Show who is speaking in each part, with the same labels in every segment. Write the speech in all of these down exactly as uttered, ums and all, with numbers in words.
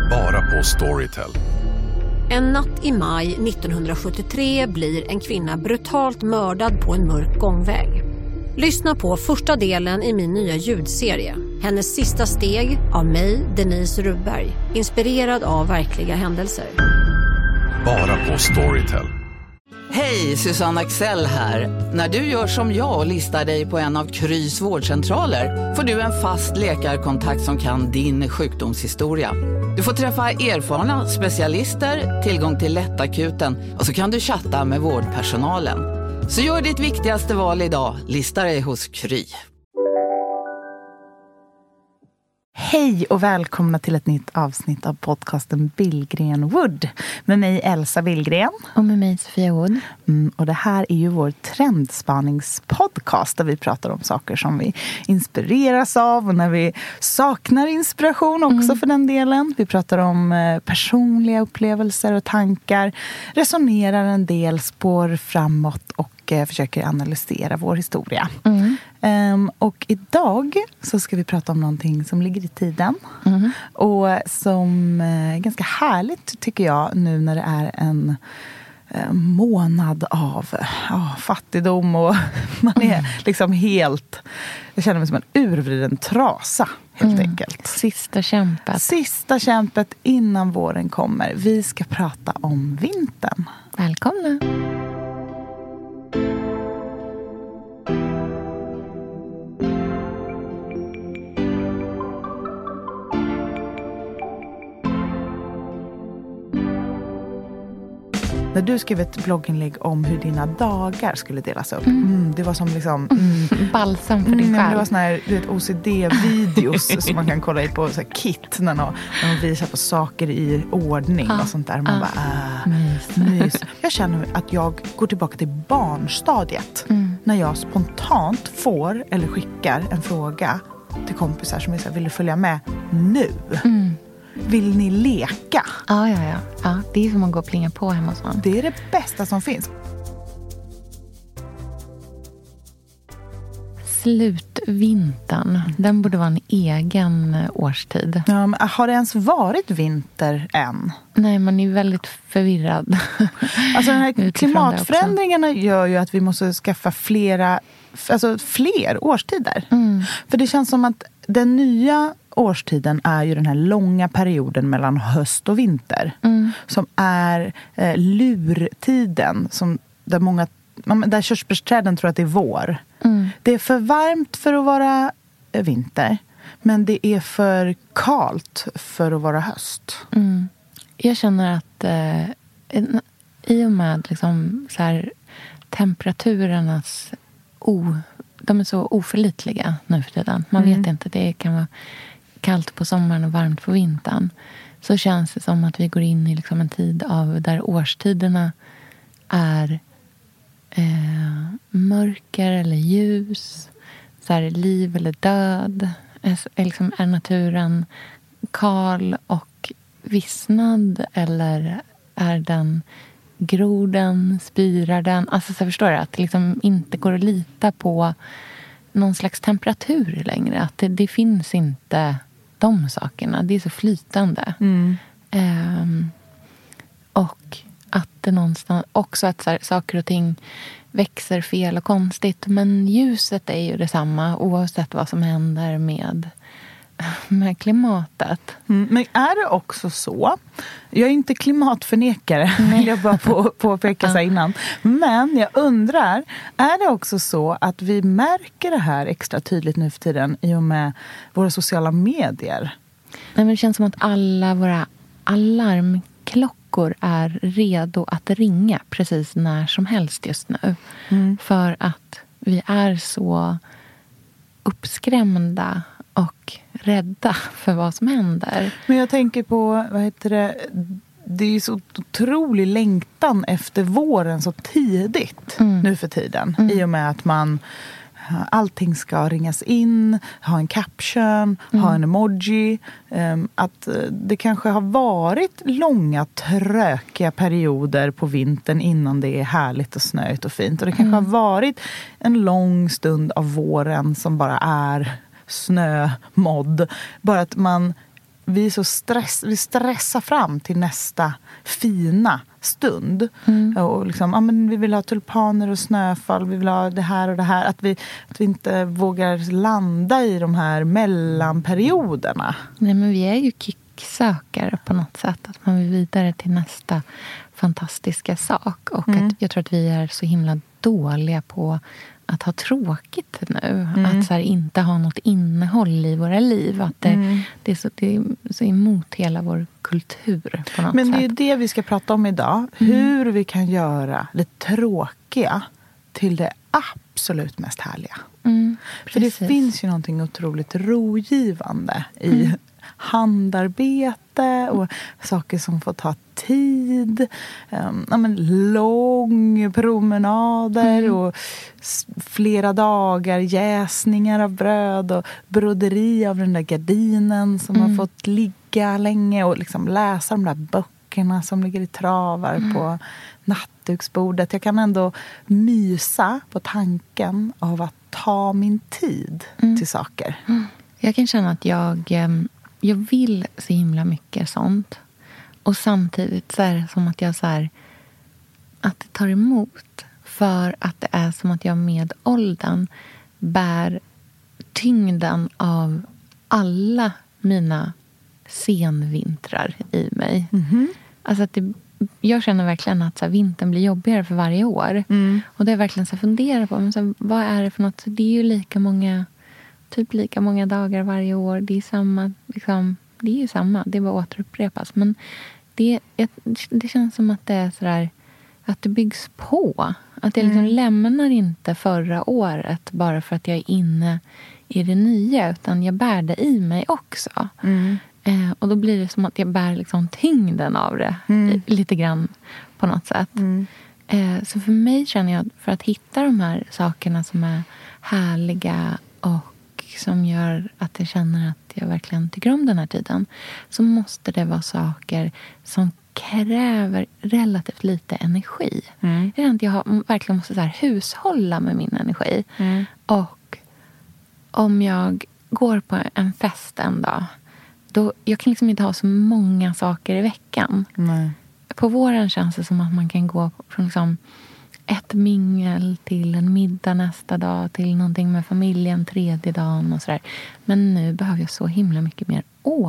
Speaker 1: Bara på Storytel.
Speaker 2: En natt i maj nittonhundrasjuttiotre blir en kvinna brutalt mördad på en mörk gångväg. Lyssna på första delen i min nya ljudserie. Hennes sista steg av mig, Denise Rubberg. Inspirerad av verkliga händelser.
Speaker 1: Bara på Storytel.
Speaker 3: Hej, Susanne Axel här. När du gör som jag och listar dig på en av Krys vårdcentraler får du en fast läkarkontakt som kan din sjukdomshistoria. Du får träffa erfarna specialister, tillgång till lättakuten och så kan du chatta med vårdpersonalen. Så gör ditt viktigaste val idag, lista dig hos Kry.
Speaker 4: Hej och välkomna till ett nytt avsnitt av podcasten Billgren Wood. Med mig Elsa Billgren.
Speaker 5: Och med mig Sofia Wood.
Speaker 4: Mm, och det här är ju vår trendspaningspodcast där vi pratar om saker som vi inspireras av. Och när vi saknar inspiration också mm. för den delen. Vi pratar om eh, personliga upplevelser och tankar. Resonerar en del, spår framåt och och försöker analysera vår historia. Mm. Um, och idag så ska vi prata om någonting som ligger i tiden. Mm. Och som är ganska härligt tycker jag nu när det är en uh, månad av uh, fattigdom. Och man är mm. liksom helt, jag känner mig som en urvriden trasa helt mm. enkelt.
Speaker 5: Sista kämpet.
Speaker 4: Sista kämpet innan våren kommer. Vi ska prata om vintern.
Speaker 5: Välkomna!
Speaker 4: När du skrev ett blogginlägg om hur dina dagar skulle delas upp. Mm. Mm, det var som liksom... Mm,
Speaker 5: balsam för din
Speaker 4: mm,
Speaker 5: själ.
Speaker 4: Det var såna här du vet, O C D-videos som man kan kolla i på så här, Kit. När de, när de visar på saker i ordning ah, och sånt där. Man ah, bara, äh, mys. mys. Jag känner att jag går tillbaka till barnstadiet. Mm. När jag spontant får eller skickar en fråga till kompisar som är så här, vill du följa med nu? Mm. Vill ni leka?
Speaker 5: Ja, ja, ja, ja. Det är som att gå och plinga på hemma hos honom.
Speaker 4: Det är det bästa som finns.
Speaker 5: Slutvintern. Den borde vara en egen årstid.
Speaker 4: Ja, men har det ens varit vinter än?
Speaker 5: Nej, man är väldigt förvirrad.
Speaker 4: Alltså den här klimatförändringarna gör ju att vi måste skaffa flera, alltså fler årstider. Mm. För det känns som att den nya årstiden är ju den här långa perioden mellan höst och vinter. Mm. Som är eh, lurtiden. Som, där, många, där körsbärsträden tror att det är vår. Mm. Det är för varmt för att vara eh, vinter. Men det är för kalt för att vara höst.
Speaker 5: Mm. Jag känner att eh, i och med liksom, så här, temperaturernas o, de är så oförlitliga nu för tiden. Man mm. vet inte, det kan vara kallt på sommaren och varmt på vintern. Så känns det som att vi går in i liksom en tid av där årstiderna är eh, mörker eller ljus. Så här, liv eller död. Är, liksom, är naturen kal och vissnad eller är den groden, spirar den? Alltså så förstår jag att det liksom inte går att lita på någon slags temperatur längre. Att det, det finns inte de sakerna. Det är så flytande. Mm. Um, och att det någonstans också att så här, saker och ting växer fel och konstigt. Men ljuset är ju detsamma oavsett vad som händer med med klimatet.
Speaker 4: Mm, men är det också så? Jag är inte klimatförnekare, vill jag bara på, påpeka så innan. Men jag undrar, är det också så att vi märker det här extra tydligt nu för tiden i och med våra sociala medier?
Speaker 5: Nej, men det känns som att alla våra alarmklockor är redo att ringa precis när som helst just nu. Mm. För att vi är så uppskrämda och rädda för vad som händer.
Speaker 4: Men jag tänker på, vad heter det, det är så otrolig längtan efter våren så tidigt mm. nu för tiden. Mm. I och med att man, allting ska ringas in, ha en caption, mm. ha en emoji. Att det kanske har varit långa, trökiga perioder på vintern innan det är härligt och snöigt och fint. Och det kanske mm. har varit en lång stund av våren som bara är snömodd. Bara att man vi är så stress, vi stressar fram till nästa fina stund.
Speaker 5: Mm.
Speaker 4: Och liksom, ja, men vi vill ha tulpaner och snöfall, vi vill ha det här och det här. Att vi, att vi inte vågar landa i de här mellanperioderna.
Speaker 5: Nej, men vi är ju kicksökare på något sätt. Att man vill vidare till nästa fantastiska sak. Och
Speaker 4: Mm.
Speaker 5: att jag tror att vi är så himla dåliga på att ha tråkigt nu.
Speaker 4: Mm.
Speaker 5: Att så här, inte ha något innehåll i våra liv. Att det,
Speaker 4: Mm.
Speaker 5: det, är så, det är så emot hela vår kultur på något
Speaker 4: Men det är
Speaker 5: sätt.
Speaker 4: ju det vi ska prata om idag.
Speaker 5: Mm.
Speaker 4: Hur vi kan göra det tråkiga till det absolut mest härliga.
Speaker 5: Mm,
Speaker 4: För det
Speaker 5: precis.
Speaker 4: finns ju någonting otroligt rogivande i
Speaker 5: Mm.
Speaker 4: handarbete och saker som får ta tid. Um, ja, men lång promenader
Speaker 5: Mm.
Speaker 4: och s- flera dagar jäsningar av bröd och broderi av den där gardinen som
Speaker 5: Mm.
Speaker 4: har fått ligga länge och liksom läsa de där böckerna som ligger i travar
Speaker 5: Mm.
Speaker 4: på nattduksbordet. Jag kan ändå mysa på tanken av att ta min tid
Speaker 5: Mm.
Speaker 4: till saker.
Speaker 5: Jag kan känna att jag, em, jag vill så himla mycket sånt. Och samtidigt så är det som att jag så här, att det tar emot. För att det är som att jag med åldern bär tyngden av alla mina senvintrar i mig.
Speaker 4: Mhm.
Speaker 5: Alltså att det, jag känner verkligen att så här, vintern blir jobbigare för varje år.
Speaker 4: Mm.
Speaker 5: Och det är verkligen så här, fundera på men så här, vad är det för något. Så det är ju lika många, typ lika många dagar varje år. Det är samma, liksom, det är ju samma. Det bara återupprepas. Men det, det känns som att det är så där, att det byggs på. Att jag liksom
Speaker 4: Mm.
Speaker 5: lämnar inte förra året bara för att jag är inne i det nya. Utan jag bär det i mig också.
Speaker 4: Mm.
Speaker 5: Eh, och då blir det som att jag bär liksom tyngden av det.
Speaker 4: Mm.
Speaker 5: eh, Lite grann på något sätt.
Speaker 4: Mm.
Speaker 5: Eh, så för mig känner jag, för att hitta de här sakerna som är härliga och som gör att jag känner att jag verkligen tycker om den här tiden, så måste det vara saker som kräver relativt lite energi.
Speaker 4: Mm.
Speaker 5: Det är att jag har, verkligen måste så här hushålla med min energi.
Speaker 4: Mm.
Speaker 5: Och om jag går på en fest en dag, då, jag kan liksom inte ha så många saker i veckan.
Speaker 4: Nej.
Speaker 5: På våren känns det som att man kan gå från liksom ett mingel till en middag nästa dag, till någonting med familjen tredje dagen och sådär. Men nu behöver jag så himla mycket mer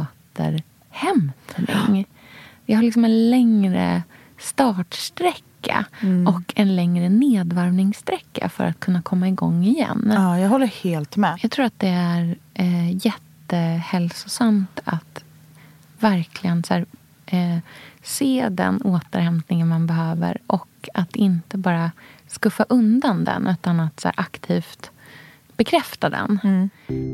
Speaker 5: återhämtning. Jag har liksom en längre startsträcka
Speaker 4: Mm.
Speaker 5: och en längre nedvarvningssträcka för att kunna komma igång igen.
Speaker 4: Ja, jag håller helt med.
Speaker 5: Jag tror att det är eh, jättehälsosamt att verkligen så här, eh, se den återhämtningen man behöver och att inte bara skuffa undan den utan att så här, aktivt bekräfta den.
Speaker 4: Mm.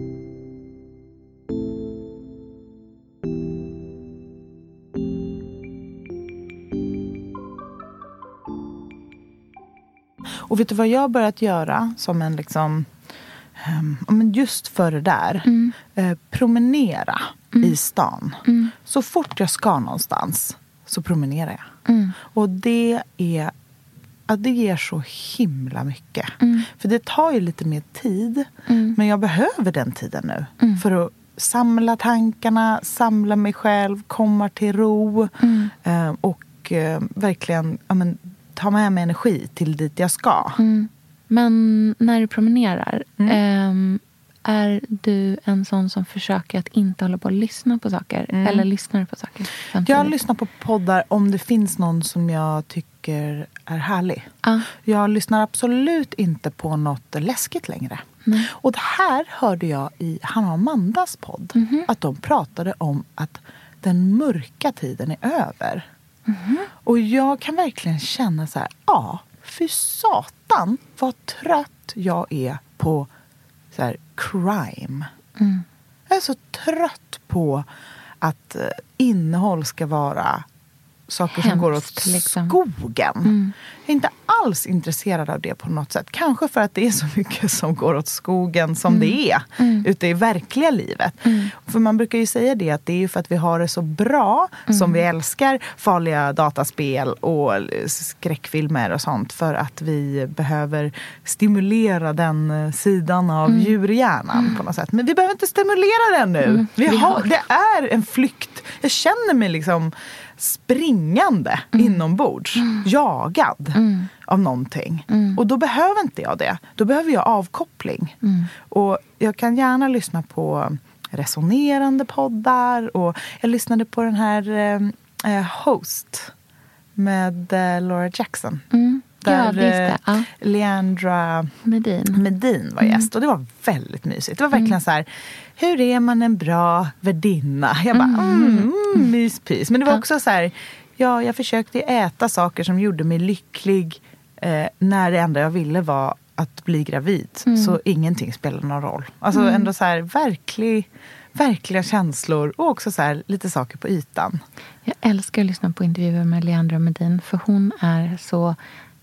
Speaker 4: Och vet du vad jag har börjat göra som en liksom um, men just för det där
Speaker 5: Mm.
Speaker 4: eh, promenera
Speaker 5: Mm.
Speaker 4: i stan.
Speaker 5: Mm.
Speaker 4: Så fort jag ska någonstans så promenerar jag.
Speaker 5: Mm.
Speaker 4: Och det är ja, det ger så himla mycket.
Speaker 5: Mm.
Speaker 4: För det tar ju lite mer tid.
Speaker 5: Mm.
Speaker 4: Men jag behöver den tiden nu.
Speaker 5: Mm.
Speaker 4: För att samla tankarna, samla mig själv, komma till ro.
Speaker 5: Mm.
Speaker 4: Eh, och eh, verkligen ja, men, ta med mig energi till dit jag ska.
Speaker 5: Mm. Men när du promenerar,
Speaker 4: Mm.
Speaker 5: ehm, är du en sån som försöker att inte hålla på att lyssna på saker?
Speaker 4: Mm.
Speaker 5: Eller lyssnar du på saker samtidigt?
Speaker 4: Jag lyssnar på poddar om det finns någon som jag tycker är härlig.
Speaker 5: Ja.
Speaker 4: Jag lyssnar absolut inte på något läskigt längre.
Speaker 5: Nej.
Speaker 4: Och det här hörde jag i Hanna och Amandas podd.
Speaker 5: Mhm.
Speaker 4: Att de pratade om att den mörka tiden är över.
Speaker 5: Mhm.
Speaker 4: Och jag kan verkligen känna så här, ja, fy satan vad trött jag är på så här, crime.
Speaker 5: Mm.
Speaker 4: Jag är så trött på att eh, innehåll ska vara saker
Speaker 5: Hemskt,
Speaker 4: som går åt
Speaker 5: liksom.
Speaker 4: skogen. Mm. Jag är inte alls intresserad av det på något sätt. Kanske för att det är så mycket som går åt skogen som mm. det är mm. ute i verkliga livet. Mm. För man brukar ju säga det att det är ju för att vi har det så bra mm. som vi älskar farliga dataspel och skräckfilmer och sånt, för att vi behöver stimulera den sidan av mm. djurhjärnan mm. på något sätt. Men vi behöver inte stimulera den nu. Mm. Vi har, det är en flykt. Jag känner mig liksom springande mm. inombords, mm. jagad mm. av någonting. Mm. Och då behöver inte jag det. Då behöver jag avkoppling. Mm. Och jag kan gärna lyssna på resonerande poddar. Och jag lyssnade på den här eh, Host med eh, Laura Jackson. Mm. Där ja, det. Ja. Leandra Medin. Medin var gäst. Mm. Och det var väldigt mysigt. Det var verkligen mm. så här, hur är man en bra värdinna? Jag bara, mm, mm, mm myspys. Men det var ja. också så här, ja, jag försökte äta saker som gjorde mig lycklig eh, när det enda jag ville var att bli gravid. Mm. Så ingenting spelade någon roll. Alltså mm. ändå så här, verklig, verkliga känslor och också så här, lite saker på ytan.
Speaker 5: Jag älskar att lyssna på intervjuer med Leandra Medin, för hon är så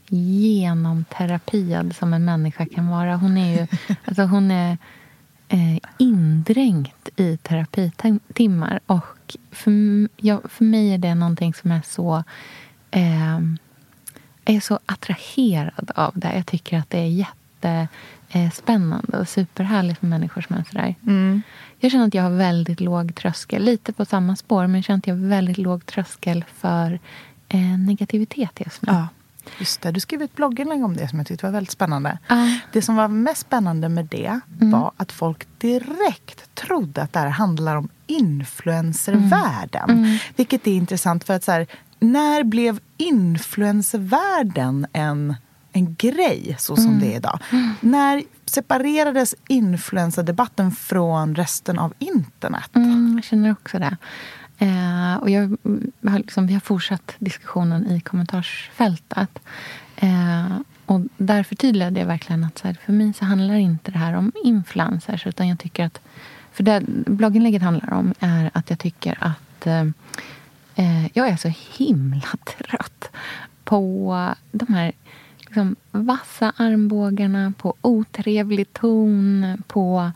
Speaker 5: genomterapiad som en människa kan vara. Hon är ju alltså hon är eh, indränkt i terapitimmar, och för, ja, för mig är det någonting som är så eh, är så attraherad av det. Jag tycker att det är jättespännande och superhärligt med människor som är sådär. Mm. Jag känner att jag har väldigt låg tröskel, lite på samma spår, men jag känner att jag har väldigt låg tröskel för eh, negativitet just nu.
Speaker 4: Ja. Just det, du skrev ett blogginlägg om det som jag tyckte var väldigt spännande. Uh. Det som var mest spännande med det mm. var att folk direkt trodde att det här handlar om influencervärlden. Mm. Mm. Vilket är intressant, för att så här, när blev influencervärlden en, en grej så som mm. det är idag? Mm. När separerades influencerdebatten från resten av internet?
Speaker 5: Mm, jag känner också det. Eh, och jag har liksom, vi har fortsatt diskussionen i kommentarsfältet. Eh, och där förtydligade jag verkligen att så här, för mig så handlar inte det här om influencers, utan jag tycker att, för det blogginlägget handlar om är att jag tycker att eh, jag är så himla trött på de här liksom vassa armbågarna, på otrevlig ton, på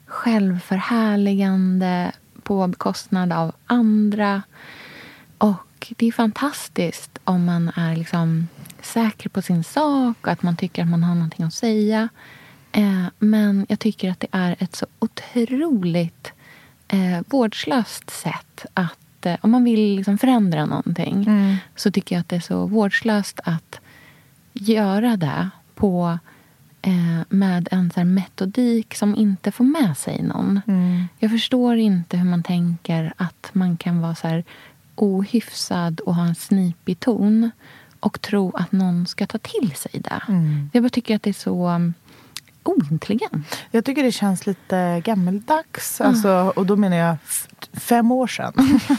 Speaker 5: självförhärligande på bekostnad av andra. Och det är fantastiskt om man är liksom säker på sin sak och att man tycker att man har någonting att säga. Eh, men jag tycker att det är ett så otroligt eh, vårdslöst sätt att, eh, om man vill liksom förändra någonting, mm. så tycker jag att det är så vårdslöst att göra det på Eh, med en så här metodik som inte får med sig någon. Mm. Jag förstår inte hur man tänker att man kan vara så här ohyfsad och ha en snipig ton och tro att någon ska ta till sig det. Mm. Jag bara tycker att det är så um, ointelligent.
Speaker 4: Jag tycker det känns lite gammeldags. Mm. Alltså, och då menar jag f- fem år sedan.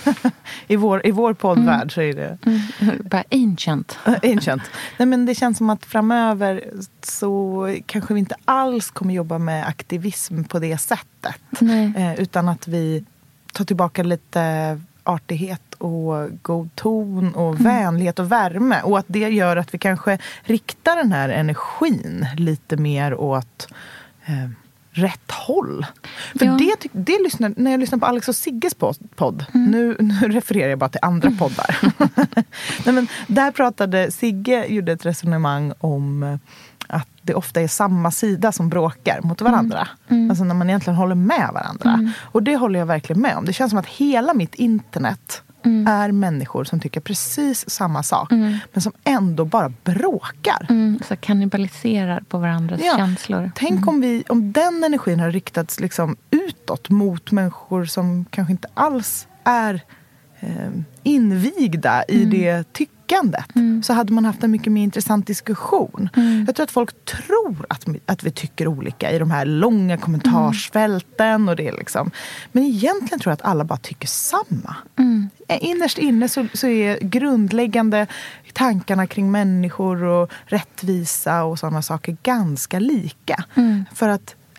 Speaker 4: I vår, i vår poddvärld mm. så är det...
Speaker 5: Mm. Bara ancient.
Speaker 4: ancient. Nej, men det känns som att framöver så kanske vi inte alls kommer jobba med aktivism på det sättet. Eh, utan att vi tar tillbaka lite artighet och god ton och mm. vänlighet och värme. Och att det gör att vi kanske riktar den här energin lite mer åt eh, rätt håll. För ja. det, det lyssnar, när jag lyssnar på Alex och Sigges podd, mm. nu, nu refererar jag bara till andra mm. poddar. Nej, men där pratade Sigge, gjorde ett resonemang om att det ofta är samma sida som bråkar mot varandra. Mm. Alltså när man egentligen håller med varandra. Mm. Och det håller jag verkligen med om. Det känns som att hela mitt internet mm. är människor som tycker precis samma sak. Mm. Men som ändå bara bråkar.
Speaker 5: Mm. Så kannibaliserar på varandras ja. känslor.
Speaker 4: Tänk mm. om, vi, om den energin har riktats liksom utåt mot människor som kanske inte alls är eh, invigda i mm. det tyckandet. Mm. Så hade man haft en mycket mer intressant diskussion. Mm. Jag tror att folk tror att, att vi tycker olika i de här långa kommentarsfälten. Mm. Och det liksom. Men egentligen tror jag att alla bara tycker samma. Mm. Innerst inne så, så är grundläggande tankarna kring människor och rättvisa och sådana saker ganska lika. Mm. För att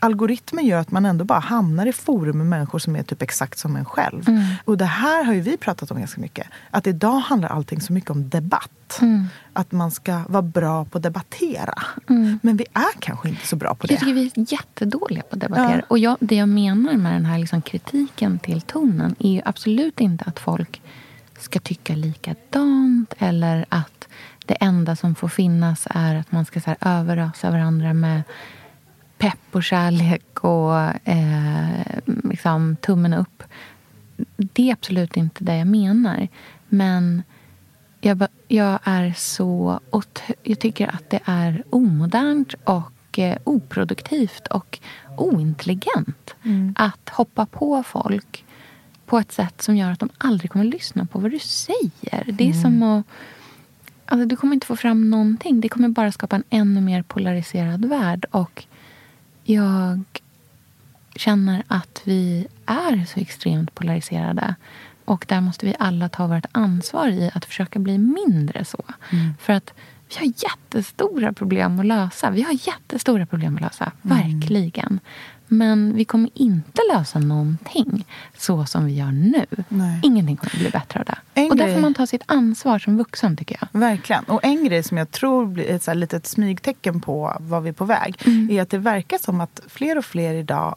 Speaker 4: algoritmen gör att man ändå bara hamnar i forum med människor som är typ exakt som en själv. Mm. Och det här har ju vi pratat om ganska mycket. Att idag handlar allting så mycket om debatt. Mm. Att man ska vara bra på att debattera. Mm. Men vi är kanske inte så bra på det.
Speaker 5: Jag tycker vi är jättedåliga på att debattera. Ja. Och jag, det jag menar med den här liksom kritiken till tonen är ju absolut inte att folk ska tycka likadant. Eller att det enda som får finnas är att man ska så här överrasa varandra med pepp och kärlek och eh, liksom tummen upp. Det är absolut inte det jag menar. Men jag, jag är så... Jag tycker att det är omodernt och eh, oproduktivt och ointelligent mm. att hoppa på folk på ett sätt som gör att de aldrig kommer lyssna på vad du säger. Det är mm. som att... Alltså, du kommer inte få fram någonting. Det kommer bara skapa en ännu mer polariserad värld. Och jag känner att vi är så extremt polariserade. Och där måste vi alla ta vårt ansvar i att försöka bli mindre så. Mm. För att vi har jättestora problem att lösa. Vi har jättestora problem att lösa. Mm. Verkligen. Men vi kommer inte lösa någonting så som vi gör nu. Nej. Ingenting kommer bli bättre av det. En och där får man ta sitt ansvar som vuxen, tycker jag.
Speaker 4: Verkligen. Och en grej som jag tror blir ett så här litet smygtecken på vad vi är på väg mm. är att det verkar som att fler och fler idag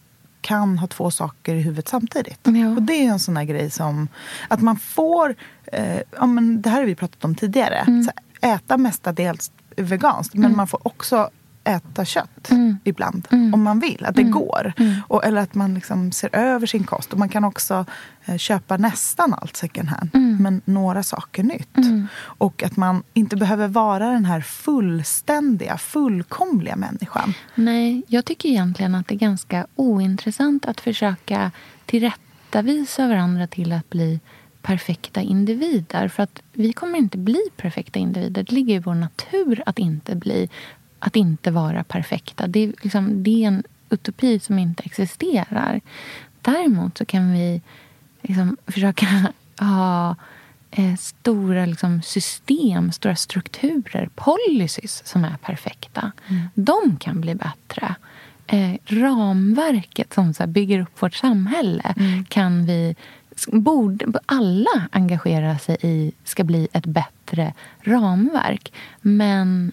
Speaker 4: kan ha två saker i huvudet samtidigt. Ja. Och det är en sån här grej som att man får, eh, ja, men det här har vi pratat om tidigare, mm. så här, äta mestadels veganskt, men mm. man får också äta kött mm. ibland mm. om man vill, att det mm. går. Mm. Och, eller att man liksom ser över sin kost. Och man kan också eh, köpa nästan allt second hand, mm. men några saker nytt. Mm. Och att man inte behöver vara den här fullständiga, fullkomliga människan.
Speaker 5: Nej, jag tycker egentligen att det är ganska ointressant att försöka tillrättavisa varandra till att bli perfekta individer. För att vi kommer inte bli perfekta individer. Det ligger i vår natur att inte bli att inte vara perfekta. Det är, liksom, det är en utopi som inte existerar. Däremot så kan vi liksom försöka ha eh, stora liksom, system, stora strukturer, policies som är perfekta. Mm. De kan bli bättre. Eh, ramverket som så här, bygger upp vårt samhälle mm. kan vi... Borde alla engagera sig i ska bli ett bättre ramverk. Men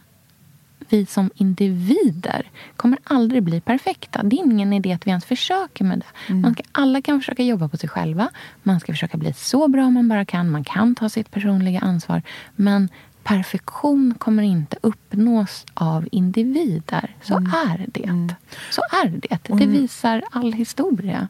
Speaker 5: vi som individer kommer aldrig bli perfekta. Det är ingen idé att vi ens försöker med det. Mm. Man ska, alla kan försöka jobba på sig själva. Man ska försöka bli så bra man bara kan. Man kan ta sitt personliga ansvar. Men perfektion kommer inte uppnås av individer. Så mm. är det. Mm. Så är det. Det visar all historia.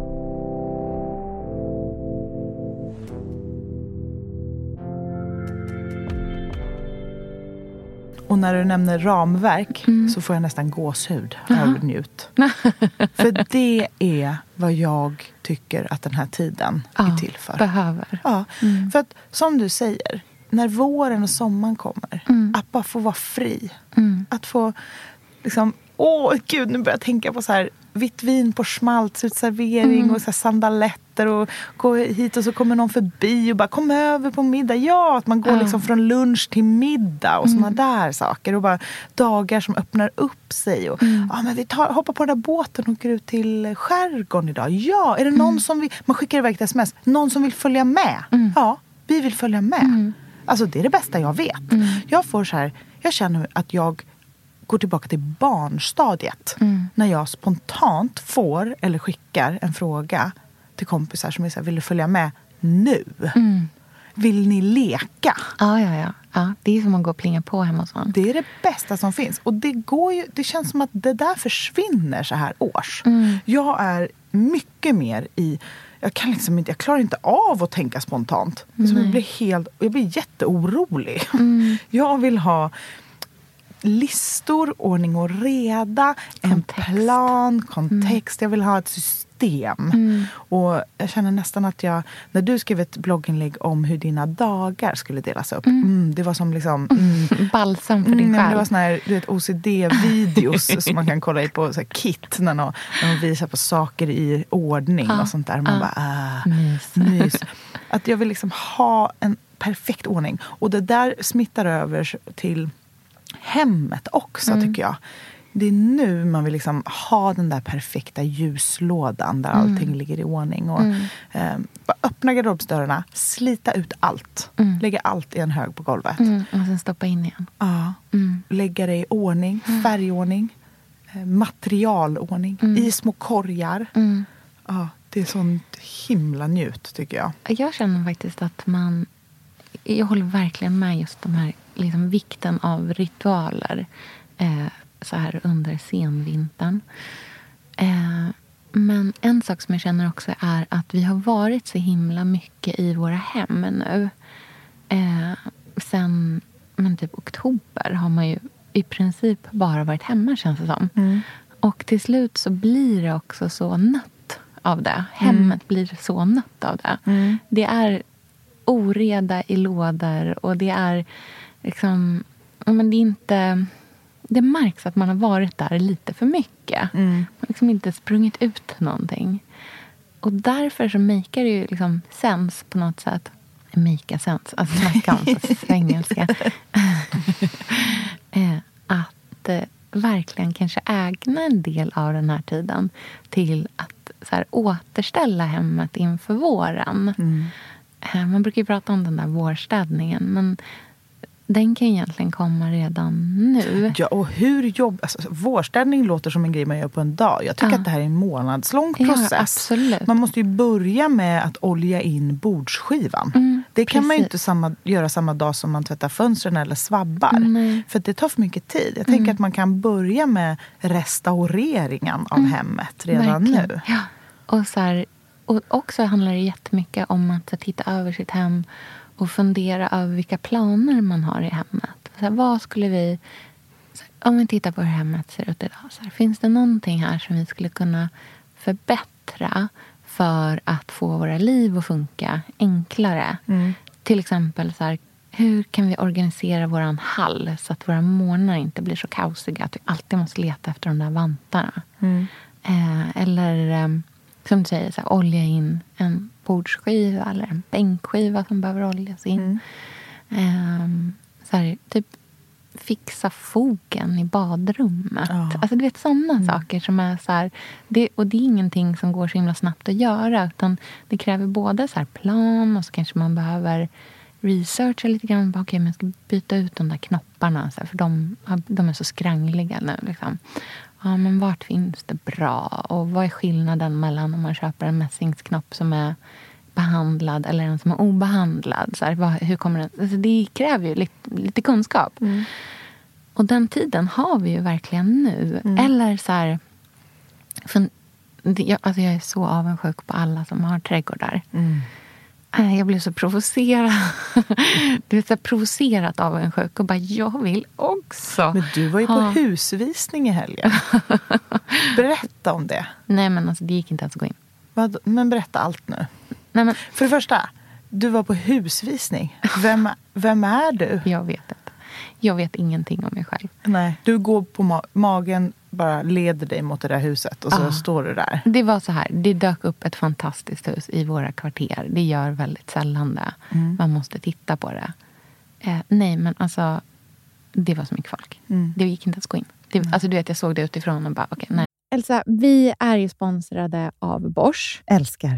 Speaker 4: Och när du nämner ramverk mm. så får jag nästan gåshud av njut. För det är vad jag tycker att den här tiden ja, är till för.
Speaker 5: Behöver.
Speaker 4: Ja, mm. för att som du säger, när våren och sommaren kommer, mm. att bara få vara fri. Mm. Att få liksom, åh gud, nu börjar jag tänka på så här vitt vin på schmaltzutservering mm. och så här sandaletter och gå hit och så kommer någon förbi och bara kom över på middag. Ja, att man går mm. liksom från lunch till middag och mm. såna där saker och bara dagar som öppnar upp sig och mm. ja, men vi tar, hoppar på den där båten och åker ut till skärgården idag. Ja, är det någon mm. som vill, man skickar iväg ett sms, någon som vill följa med? Mm. Ja, vi vill följa med. Mm. Alltså det är det bästa jag vet. Mm. Jag får så här, jag känner att jag går tillbaka till barnstadiet. Mm. När jag spontant får eller skickar en fråga till kompisar som är så här, vill du följa med nu? Mm. Vill ni leka?
Speaker 5: Ja, ja, ja, ja. Det är som att gå och plinga på hemma hos honom.
Speaker 4: Det är det bästa som finns. Och det går ju, det känns som att det där försvinner så här års. Mm. Jag är mycket mer i... Jag kan liksom inte, jag klarar inte av att tänka spontant. Så jag blir helt, jag blir jätteorolig. Mm. Jag vill ha listor, ordning och reda, kontext. En plan, kontext. Mm. Jag vill ha ett system. Mm. Och jag känner nästan att jag, när du skrev ett blogginlägg om hur dina dagar skulle delas upp. Mm. Mm, det var som liksom... Mm,
Speaker 5: balsam för din
Speaker 4: mm,
Speaker 5: själ.
Speaker 4: Det var såna här, du vet, O C D-videos som man kan kolla i på så här, Kit när de, när de visar på saker i ordning ah, och sånt där. Man ah, bara, ah, mys. mys. Att jag vill liksom ha en perfekt ordning. Och det där smittar över till hemmet också, mm. tycker jag. Det är nu man vill liksom ha den där perfekta ljuslådan där
Speaker 5: Mm.
Speaker 4: allting ligger i ordning. Och,
Speaker 5: Mm.
Speaker 4: eh, bara öppna garderobsdörrarna, slita ut allt.
Speaker 5: Mm.
Speaker 4: Lägga allt i en hög på golvet.
Speaker 5: Mm. Och sen stoppa in igen.
Speaker 4: Ja.
Speaker 5: Mm.
Speaker 4: Lägga det i ordning, färgordning, eh, materialordning,
Speaker 5: Mm.
Speaker 4: i små korgar.
Speaker 5: Mm.
Speaker 4: Ja, det är sånt himla njut tycker jag.
Speaker 5: Jag känner faktiskt att man... Jag håller verkligen med just de här liksom, vikten av ritualer eh, så här under senvintern. Eh, men en sak som jag känner också är att vi har varit så himla mycket i våra hem nu. Eh, sen men typ oktober har man ju i princip bara varit hemma, känns det som.
Speaker 4: Mm.
Speaker 5: Och till slut så blir det också så nött av det. Hemmet mm. blir så nött av det.
Speaker 4: Mm.
Speaker 5: Det är oreda i lådor och det är liksom, men det är inte, det märks att man har varit där lite för mycket.
Speaker 4: Mm.
Speaker 5: Man har liksom inte sprungit ut någonting. Och därför så makar det ju liksom sens på något sätt. Make sens, alltså snacka om svengelska. Att eh, verkligen kanske ägna en del av den här tiden till att så här, återställa hemmet inför våren.
Speaker 4: Mm.
Speaker 5: Man brukar ju prata om den där vårstädningen, men den kan egentligen komma redan nu.
Speaker 4: Ja, och hur jobb... Alltså, vårstädning låter som en grej man gör på en dag. Jag tycker
Speaker 5: ja.
Speaker 4: att det här är en månadslång process.
Speaker 5: Ja, absolut.
Speaker 4: Man måste ju börja med att olja in bordsskivan. Mm, det kan precis. Man ju inte samma, göra samma dag som man tvättar fönstren eller svabbar. Mm. För det tar för mycket tid. Jag mm. tänker att man kan börja med restaureringen av mm. hemmet redan verkligen. Nu.
Speaker 5: Ja. Och, så här, och också handlar det jättemycket om att titta över sitt hem och fundera över vilka planer man har i hemmet. Så här, vad skulle vi... Så här, om vi tittar på hur hemmet ser ut idag. Så här, finns det någonting här som vi skulle kunna förbättra för att få våra liv att funka enklare? Mm. Till exempel, så här, hur kan vi organisera våran hall så att våra morgnar inte blir så kaosiga att vi alltid måste leta efter de där vantarna? Mm. Eh, eller... Eh, som du säger, så här, olja in en bordsskiva eller en bänkskiva som behöver oljas in. Mm. Um, så här, typ fixa fogen i badrummet. Ja. Alltså du vet sådana mm. saker som är så här, det, och det är ingenting som går så himla snabbt att göra, utan det kräver både så här plan och så kanske man behöver researcha lite grann. Okej, okay, men jag ska byta ut de där knopparna så här, för de, de är så skrangliga nu liksom. Ja, men vart finns det bra? Och vad är skillnaden mellan om man köper en mässingsknopp som är behandlad eller en som är obehandlad? Så här, vad, hur kommer den? Alltså, det kräver ju lite, lite kunskap. Mm. Och den tiden har vi ju verkligen nu. Mm. Eller så här... För, jag, alltså jag är så avundsjuk på alla som har trädgårdar. Mm. Jag blev så provocerad. Du vet, så provocerat av en sjuk och bara, jag vill också.
Speaker 4: Men du var ju ha... på husvisning i helgen. Berätta om det.
Speaker 5: Nej, men alltså det gick inte ens att gå in.
Speaker 4: Vad? Men berätta allt nu.
Speaker 5: Nej, men...
Speaker 4: För det första, du var på husvisning. Vem, vem är du?
Speaker 5: Jag vet inte. Jag vet ingenting om mig själv.
Speaker 4: Nej, du går på ma- magen, bara leder dig mot det där huset och så ah. står du där.
Speaker 5: Det var så här, det dök upp ett fantastiskt hus i våra kvarter. Det gör väldigt sällan det. Mm. Man måste titta på det. Eh, nej, men alltså, det var så mycket folk. Mm. Det gick inte att gå in. Det, mm. Alltså du vet, jag såg det utifrån och bara, okej, okay, nej.
Speaker 6: Elsa, vi är ju sponsrade av Bosch.
Speaker 4: Älskar.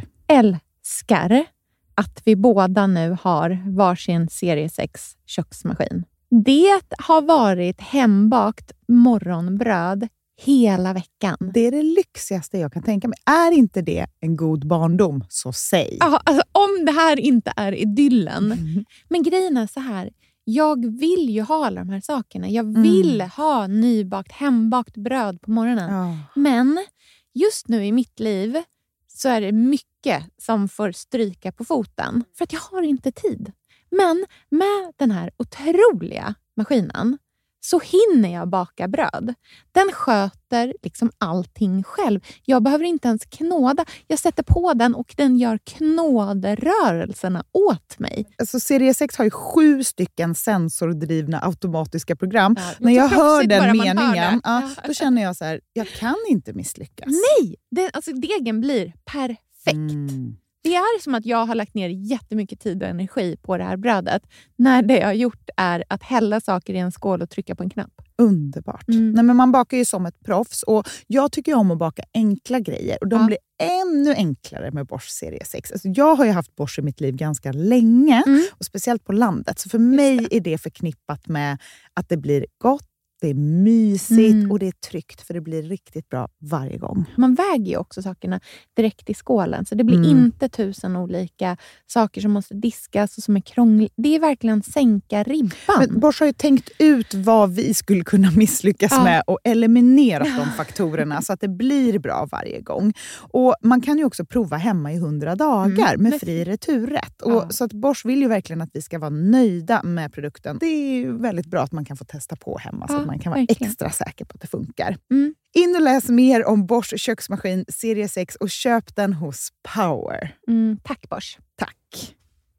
Speaker 6: Älskar att vi båda nu har varsin serie sex köksmaskin. Det har varit hembakt morgonbröd hela veckan.
Speaker 7: Det är det lyxigaste jag kan tänka mig. Är inte det en god barndom, så säg.
Speaker 6: Ja, alltså, om det här inte är idyllen. Mm. Men grejen är så här. Jag vill ju ha alla de här sakerna. Jag vill mm. ha nybakt, hembakt bröd på morgonen. Oh. Men just nu i mitt liv så är det mycket som får stryka på foten. För att jag har inte tid. Men med den här otroliga maskinen så hinner jag baka bröd. Den sköter liksom allting själv. Jag behöver inte ens knåda. Jag sätter på den och den gör knåderörelserna åt mig.
Speaker 7: Alltså serie sex har ju sju stycken sensordrivna automatiska program. Ja, när jag hör den meningen, hör ja, då känner jag så här, jag kan inte misslyckas.
Speaker 6: Nej, det, alltså degen blir perfekt. Mm. Det är som att jag har lagt ner jättemycket tid och energi på det här brödet. När det jag har gjort är att hälla saker i en skål och trycka på en knapp.
Speaker 7: Underbart. Mm. Nej, men man bakar ju som ett proffs. Och jag tycker om att baka enkla grejer. Och de ja. blir ännu enklare med Bosch serie sex. Alltså, jag har ju haft Bosch i mitt liv ganska länge. Mm. Och speciellt på landet. Så för mig det. är det förknippat med att det blir gott. Det är mysigt mm. och det är tryggt, för det blir riktigt bra varje gång.
Speaker 6: Man väger ju också sakerna direkt i skålen, så det blir mm. inte tusen olika saker som måste diskas och som är krångligt. Det är verkligen sänka ribban.
Speaker 7: Men Bosch har ju tänkt ut vad vi skulle kunna misslyckas ja. med och eliminera de faktorerna så att det blir bra varje gång. Och man kan ju också prova hemma i hundra dagar mm. med fri returrätt. Och ja. Så att Bosch vill ju verkligen att vi ska vara nöjda med produkten. Det är ju väldigt bra att man kan få testa på hemma ja. så att man kan vara Verkligen. extra säker på att det funkar. Mm. In och läs mer om Bosch köksmaskin serie sex och köp den hos Power.
Speaker 6: Mm, tack Bosch.
Speaker 7: Tack.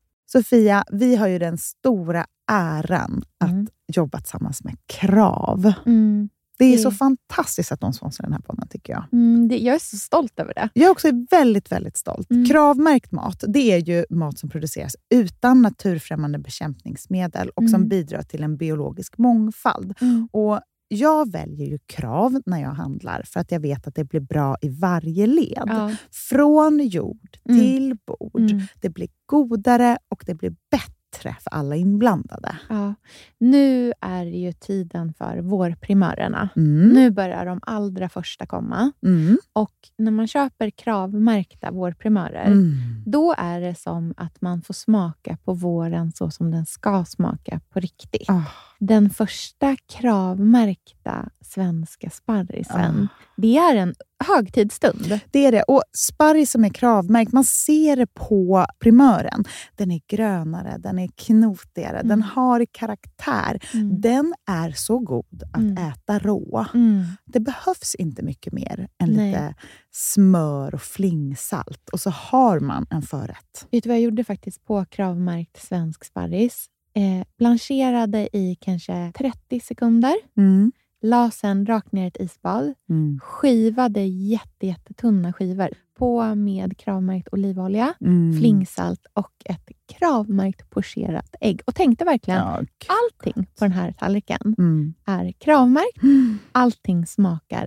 Speaker 7: Sofia, vi har ju den stora äran mm. att jobba tillsammans med Krav. Mm. Det är det. så fantastiskt att de sponsrar den här podden, tycker jag.
Speaker 6: Mm, det, jag är så stolt över det.
Speaker 7: Jag är också väldigt, väldigt stolt. Mm. Kravmärkt mat, det är ju mat som produceras utan naturfrämmande bekämpningsmedel och mm. som bidrar till en biologisk mångfald. Mm. Och jag väljer ju Krav när jag handlar för att jag vet att det blir bra i varje led. Ja. Från jord mm. till bord. Mm. Det blir godare och det blir bättre för alla inblandade.
Speaker 6: Ja. Nu är det ju tiden för vårprimörerna. Mm. Nu börjar de allra första komma. Mm. Och när man köper kravmärkta vårprimörer, mm. då är det som att man får smaka på våren så som den ska smaka på riktigt. Oh. Den första kravmärkta svenska sparrisen, oh. det är en högtidsstund.
Speaker 7: Det är det. Och sparris som är kravmärkt, man ser det på primören. Den är grönare, den är knotigare, mm. den har karaktär. Mm. Den är så god att mm. äta rå. Mm. Det behövs inte mycket mer än Nej. lite smör och flingsalt. Och så har man en förrätt.
Speaker 6: Vet du vad jag gjorde faktiskt på kravmärkt svensk sparris? Eh, blancherade i kanske trettio sekunder. Mm. La sen rakt ner ett isbad. Mm. Skivade jätte, jättetunna skivor. På med kravmärkt olivolja, mm. flingsalt och ett kravmärkt pocherat ägg. Och tänkte verkligen, ja, allting på den här tallriken mm. är kravmärkt. Mm. Allting smakar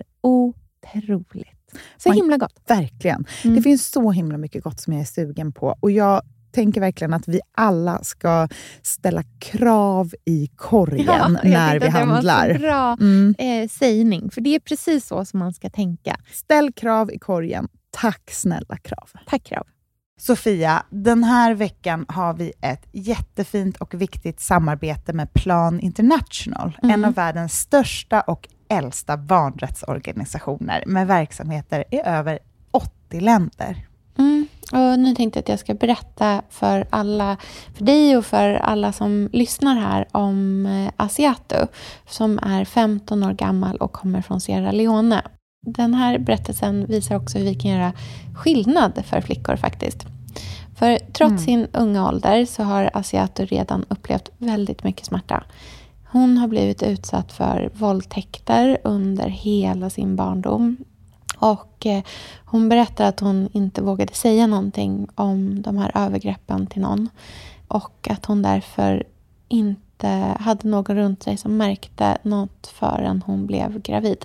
Speaker 6: otroligt. Så Man, himla gott.
Speaker 7: Verkligen. Mm. Det finns så himla mycket gott som jag är sugen på. Och jag tänker verkligen att vi alla ska ställa krav i korgen ja, när vi handlar.
Speaker 6: Det var en bra mm. eh, sägning. För det är precis så som man ska tänka.
Speaker 7: Ställ krav i korgen. Tack snälla Krav.
Speaker 6: Tack Krav.
Speaker 4: Sofia, den här veckan har vi ett jättefint och viktigt samarbete med Plan International. Mm. En av världens största och äldsta barnrättsorganisationer med verksamheter i över åttio länder.
Speaker 6: Mm. Och nu tänkte jag att jag ska berätta för alla, för dig och för alla som lyssnar här om Asiato, som är femton år gammal och kommer från Sierra Leone. Den här berättelsen visar också hur vi kan göra skillnad för flickor faktiskt. För trots mm. sin unga ålder så har Asiato redan upplevt väldigt mycket smärta. Hon har blivit utsatt för våldtäkter under hela sin barndom. Och eh, hon berättar att hon inte vågade säga någonting om de här övergreppen till någon. Och att hon därför inte hade någon runt sig som märkte något förrän hon blev gravid.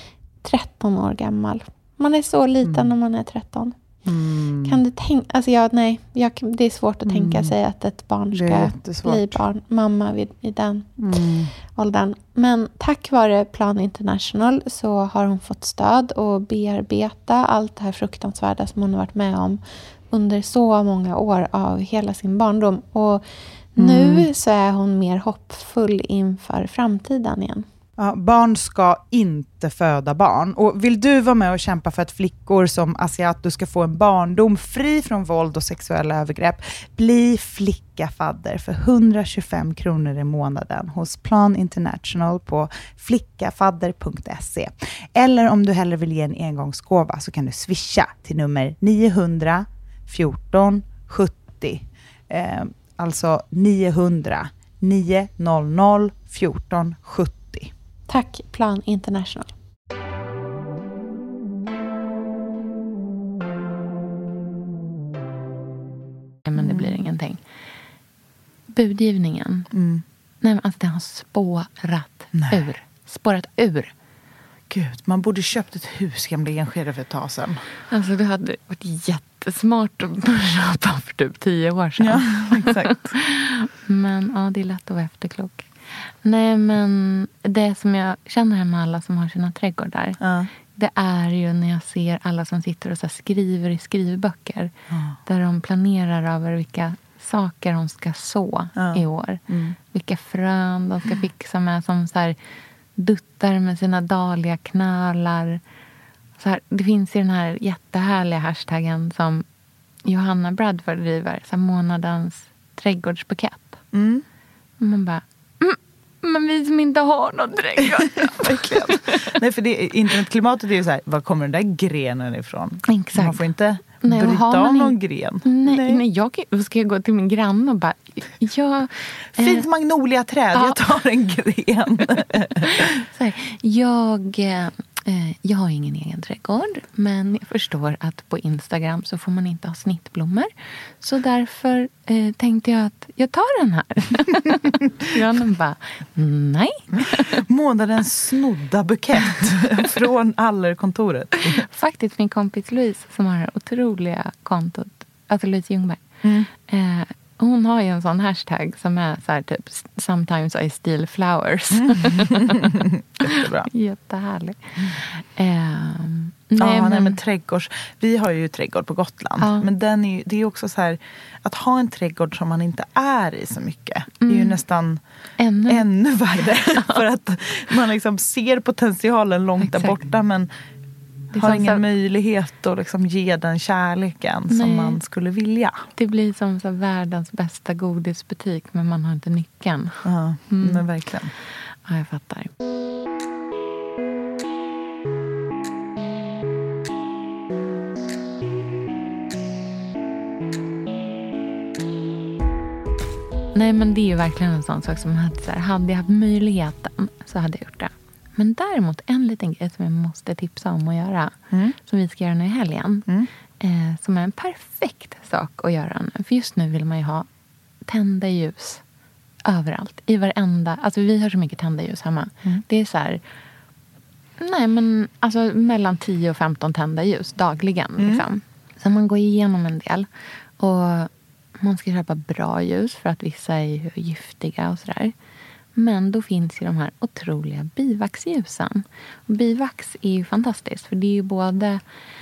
Speaker 6: tretton år gammal. Man är så liten mm. när man är tretton. Mm. Kan du tänka, alltså jag, nej, jag, det är svårt att tänka mm. sig att ett barn ska bli barn, mamma vid, i den mm. åldern. Men tack vare Plan International så har hon fått stöd och bearbeta allt det här fruktansvärda som hon har varit med om under så många år av hela sin barndom. Och mm. nu så är hon mer hoppfull inför framtiden igen.
Speaker 4: Ja, barn ska inte föda barn. Och vill du vara med och kämpa för att flickor som Asiato ska få en barndom fri från våld och sexuella övergrepp, bli flickafadder för hundratjugofem kronor i månaden hos Plan International på flickafadder punkt se. Eller om du hellre vill ge en engångsgåva så kan du swisha till nummer niohundra fjorton sjuttio. Eh, alltså niohundra niohundra fjorton sjuttio.
Speaker 6: Tack Plan International.
Speaker 5: budgivningen.
Speaker 4: Mm.
Speaker 5: Nej, men alltså den har spårat
Speaker 4: Nej.
Speaker 5: ur. Spårat ur.
Speaker 4: Gud, man borde köpt ett hus gamla Enskede för ett tag sedan.
Speaker 5: Alltså det hade varit jättesmart att köpa för typ tio år sedan.
Speaker 4: Ja, exakt.
Speaker 5: Men ja, det är lätt att vara efterklok. Nej, men det som jag känner här med alla som har sina trädgårdar.
Speaker 4: Ja.
Speaker 5: Det är ju när jag ser alla som sitter och så här skriver i skrivböcker.
Speaker 4: Ja.
Speaker 5: Där de planerar över vilka saker de ska så
Speaker 4: Ja.
Speaker 5: i år.
Speaker 4: Mm.
Speaker 5: Vilka frön de ska fixa med, som så här duttar med sina dahlia knölar. Så här, det finns ju den här jättehärliga hashtaggen som Johanna Bradford driver. Så här, månadens trädgårdsbukett.
Speaker 4: Mm.
Speaker 5: Och man bara, mm, men vi som inte har någon trädgård.
Speaker 4: Verkligen. Nej, för det, internetklimatet är ju så här, var kommer den där grenen ifrån?
Speaker 5: Exakt.
Speaker 4: Man får inte
Speaker 5: Nej, och
Speaker 4: bryta
Speaker 5: har man
Speaker 4: av någon
Speaker 5: in-
Speaker 4: gren.
Speaker 5: Nej,
Speaker 4: Nej.
Speaker 5: nej. jag ska jag gå till min granne och bara, jag,
Speaker 4: Fint magnoliaträd,
Speaker 5: ja.
Speaker 4: jag tar en gren.
Speaker 5: så här, jag, eh, jag har ingen egen trädgård, men jag förstår att på Instagram så får man inte ha snittblommor. Så därför eh, tänkte jag att jag tar den här. Grannen bara, nej.
Speaker 4: Månadens snodda bukett från Allerkontoret.
Speaker 5: Faktiskt min kompis Louise som har det otroliga kontot, alltså Louise Ljungberg.
Speaker 4: Mm.
Speaker 5: Eh, hon har ju en sån hashtag som är så här typ sometimes I steal flowers.
Speaker 4: Jättebra.
Speaker 5: Jättehärlig. Eh,
Speaker 4: Nej,
Speaker 5: nej,
Speaker 4: ja,
Speaker 5: men,
Speaker 4: nej, men trädgårds... Vi har ju trädgård på Gotland.
Speaker 5: Ja.
Speaker 4: Men den är ju, det är ju också så här... Att ha en trädgård som man inte är i så mycket. Det är ju nästan
Speaker 5: ännu,
Speaker 4: ännu värre. För att man liksom ser potentialen långt där
Speaker 5: Exakt.
Speaker 4: borta. Men
Speaker 5: Det är
Speaker 4: har
Speaker 5: som
Speaker 4: ingen
Speaker 5: så-
Speaker 4: möjlighet att liksom ge den kärleken
Speaker 5: Nej.
Speaker 4: som man skulle vilja.
Speaker 5: det blir som så här världens bästa godisbutik, men man har inte nyckeln.
Speaker 4: Ja,
Speaker 5: Mm.
Speaker 4: men verkligen.
Speaker 5: Ja, jag fattar. Nej, men det är ju verkligen en sån sak som att så här, hade jag haft möjligheten så hade jag gjort det. Men däremot en liten grej som jag måste tipsa om att göra,
Speaker 4: Mm.
Speaker 5: som vi ska göra nu i helgen,
Speaker 4: Mm.
Speaker 5: eh, som är en perfekt sak att göra nu. För just nu vill man ju ha tända ljus överallt, i varenda, alltså vi har så mycket tända ljus hemma.
Speaker 4: Mm.
Speaker 5: Det är så här, nej men alltså mellan tio och femton tända ljus dagligen.
Speaker 4: Mm.
Speaker 5: Liksom. Så man går igenom en del. Och man ska köpa bra ljus för att vissa är ju giftiga och sådär. Men då finns ju de här otroliga bivaxljusen. Och bivax är ju fantastiskt, för det är ju både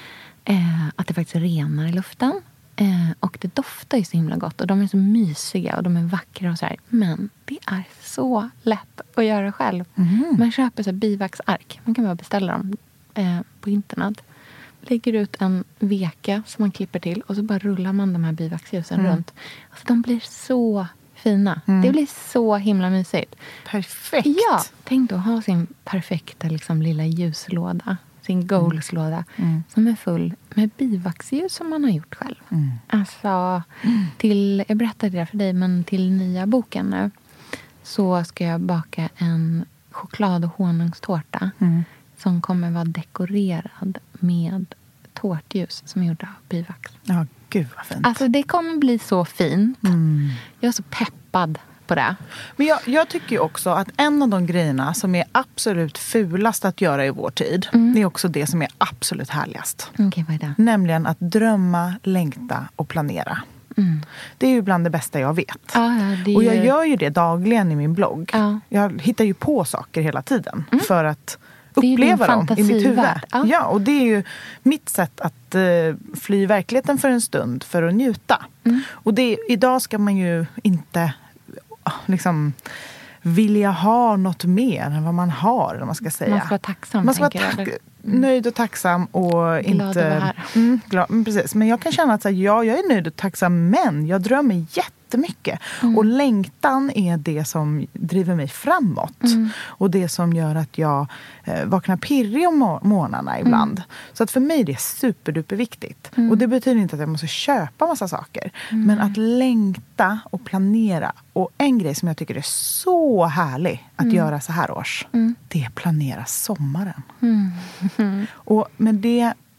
Speaker 5: eh, att det faktiskt renar i luften. Eh, och det doftar ju så himla gott. Och de är så mysiga och de är vackra och så här. Men det är så lätt att göra själv.
Speaker 4: Mm.
Speaker 5: Man köper så här bivaxark. Man kan bara beställa dem eh, på internet. Lägger ut en veka som man klipper till. Och så bara rullar man de här bivaxljusen
Speaker 4: Mm.
Speaker 5: runt. Alltså de blir så fina.
Speaker 4: Mm.
Speaker 5: Det blir så himla mysigt.
Speaker 4: Perfekt.
Speaker 5: Ja, tänk då ha sin perfekta liksom, lilla ljuslåda. Sin goalslåda.
Speaker 4: Mm.
Speaker 5: Som är full med bivaxljus som man har gjort själv.
Speaker 4: Mm.
Speaker 5: Alltså, till, jag berättade det för dig, men till nya boken nu så ska jag baka en choklad- och honungstårta
Speaker 4: Mm.
Speaker 5: som kommer vara dekorerad med tårtljus som är gjorda av bivax.
Speaker 4: Ja, gud vad fint.
Speaker 5: Alltså det kommer bli så fint.
Speaker 4: Mm.
Speaker 5: Jag är så peppad på det.
Speaker 4: Men jag, jag tycker ju också att en av de grejerna som är absolut fulast att göra i vår tid,
Speaker 5: Mm.
Speaker 4: det är också det som är absolut härligast.
Speaker 5: Okej, vad är det?
Speaker 4: Nämligen att drömma, längta och planera.
Speaker 5: Mm.
Speaker 4: Det är ju bland det bästa jag vet.
Speaker 5: Ja, ja, det är
Speaker 4: Och jag
Speaker 5: ju-
Speaker 4: gör ju det dagligen i min blogg.
Speaker 5: Ja.
Speaker 4: Jag hittar ju på saker hela tiden för att
Speaker 5: Det är ju
Speaker 4: uppleva
Speaker 5: din
Speaker 4: dem i mitt huvud.
Speaker 5: fantasivärld. Ja.
Speaker 4: Ja, och det är ju mitt sätt att eh, fly verkligheten för en stund för att njuta.
Speaker 5: Mm.
Speaker 4: Och det, idag ska man ju inte ah, liksom vilja ha något mer än vad man har, eller man ska säga.
Speaker 5: Man ska vara tacksam.
Speaker 4: Man ska vara
Speaker 5: tänker jag.
Speaker 4: tack, nöjd och tacksam och
Speaker 5: Glad
Speaker 4: inte...
Speaker 5: att vara här.
Speaker 4: Mm, glad, mm, precis. Men jag kan känna att så här, ja, jag är nöjd och tacksam, men jag drömmer jättemycket.
Speaker 5: Mm.
Speaker 4: Och längtan är det som driver mig framåt.
Speaker 5: Mm.
Speaker 4: Och det som gör att jag eh, vaknar pirrig om må- morgnarna ibland.
Speaker 5: Mm.
Speaker 4: Så att för mig är det superduper viktigt.
Speaker 5: Mm.
Speaker 4: Och det betyder inte att jag måste köpa massa saker. Men att längta och planera. Och en grej som jag tycker är så härlig att göra så här års.
Speaker 5: Mm.
Speaker 4: Det är planera sommaren.
Speaker 5: Mm.
Speaker 4: Och med det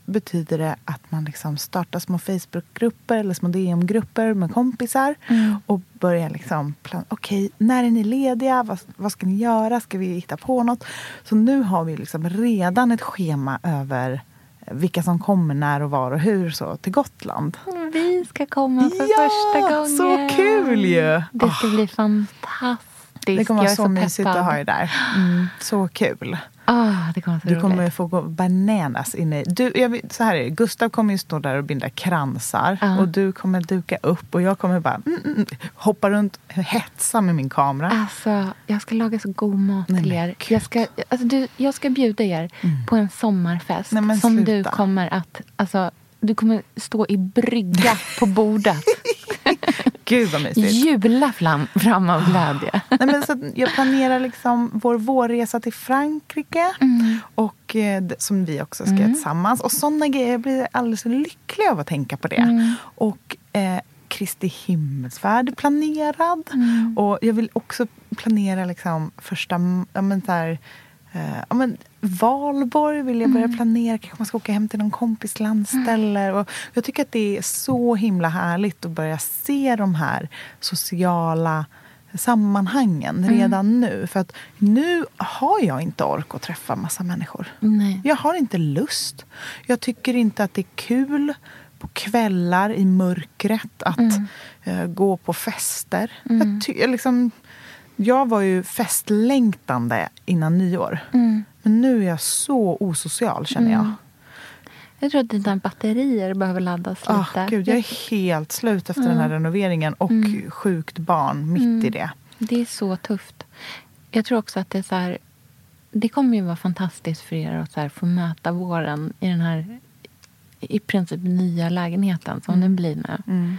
Speaker 4: betyder det att man liksom startar små Facebookgrupper eller små D M-grupper med kompisar. Mm. Och börjar liksom plan- okej, okay, när är ni lediga? Vad, vad ska ni göra? Ska vi hitta på något? Så nu har vi liksom redan ett schema över vilka som kommer när och var och hur så till Gotland.
Speaker 5: Vi ska komma för
Speaker 4: ja,
Speaker 5: första gången.
Speaker 4: Så kul ju!
Speaker 5: Det ska oh. bli fantastiskt.
Speaker 4: Det kommer vara så,
Speaker 5: så
Speaker 4: mysigt att ha er där. Mm, så kul.
Speaker 5: Oh, det kommer så
Speaker 4: du
Speaker 5: roligt.
Speaker 4: kommer få gå bananas inne i... Du, jag, så här är det. Gustav kommer ju stå där och binda kransar. Uh. Och du kommer duka upp. Och jag kommer bara mm, mm, hoppa runt och hetsa med min kamera.
Speaker 5: Alltså, jag ska laga så god mat Nej, till er. Jag ska, alltså, du, jag ska bjuda er mm. på en sommarfest. Nej, som sluta. Du kommer att... Alltså, du kommer stå i brygga på bordet.
Speaker 4: Gud vad mysigt.
Speaker 5: Jula fram, fram av glädje.
Speaker 4: Nej, men så jag planerar liksom vår vårresa till Frankrike. Mm. Och eh, som vi också ska mm. göra tillsammans. Och sådana grejer. Jag blir alldeles lycklig av att tänka på det. Mm. Och eh, Kristi himmelsfärd planerad. Mm. Och jag vill också planera liksom första... Ja, men så här, Uh, ja, men Valborg vill jag börja mm. planera. Kanske man ska åka hem till någon kompis landställe. Mm. Och jag tycker att det är så himla härligt att börja se de här sociala sammanhangen mm. redan nu. För att nu har jag inte ork att träffa massa människor.
Speaker 5: Nej.
Speaker 4: Jag har inte lust. Jag tycker inte att det är kul på kvällar i mörkret att mm. uh, gå på fester. Mm. Jag tycker liksom... Jag var ju festlängtande innan nyår. Mm. Men nu är jag så osocial, känner jag. Mm.
Speaker 5: Jag tror att dina batterier behöver laddas
Speaker 4: oh,
Speaker 5: lite.
Speaker 4: Gud, jag är helt slut efter mm. den här renoveringen. Och mm. sjukt barn mitt mm. i det.
Speaker 5: Det är så tufft. Jag tror också att det är så här... Det kommer ju vara fantastiskt för er att så här få möta våren i den här i princip nya lägenheten som mm. den blir nu. Mm.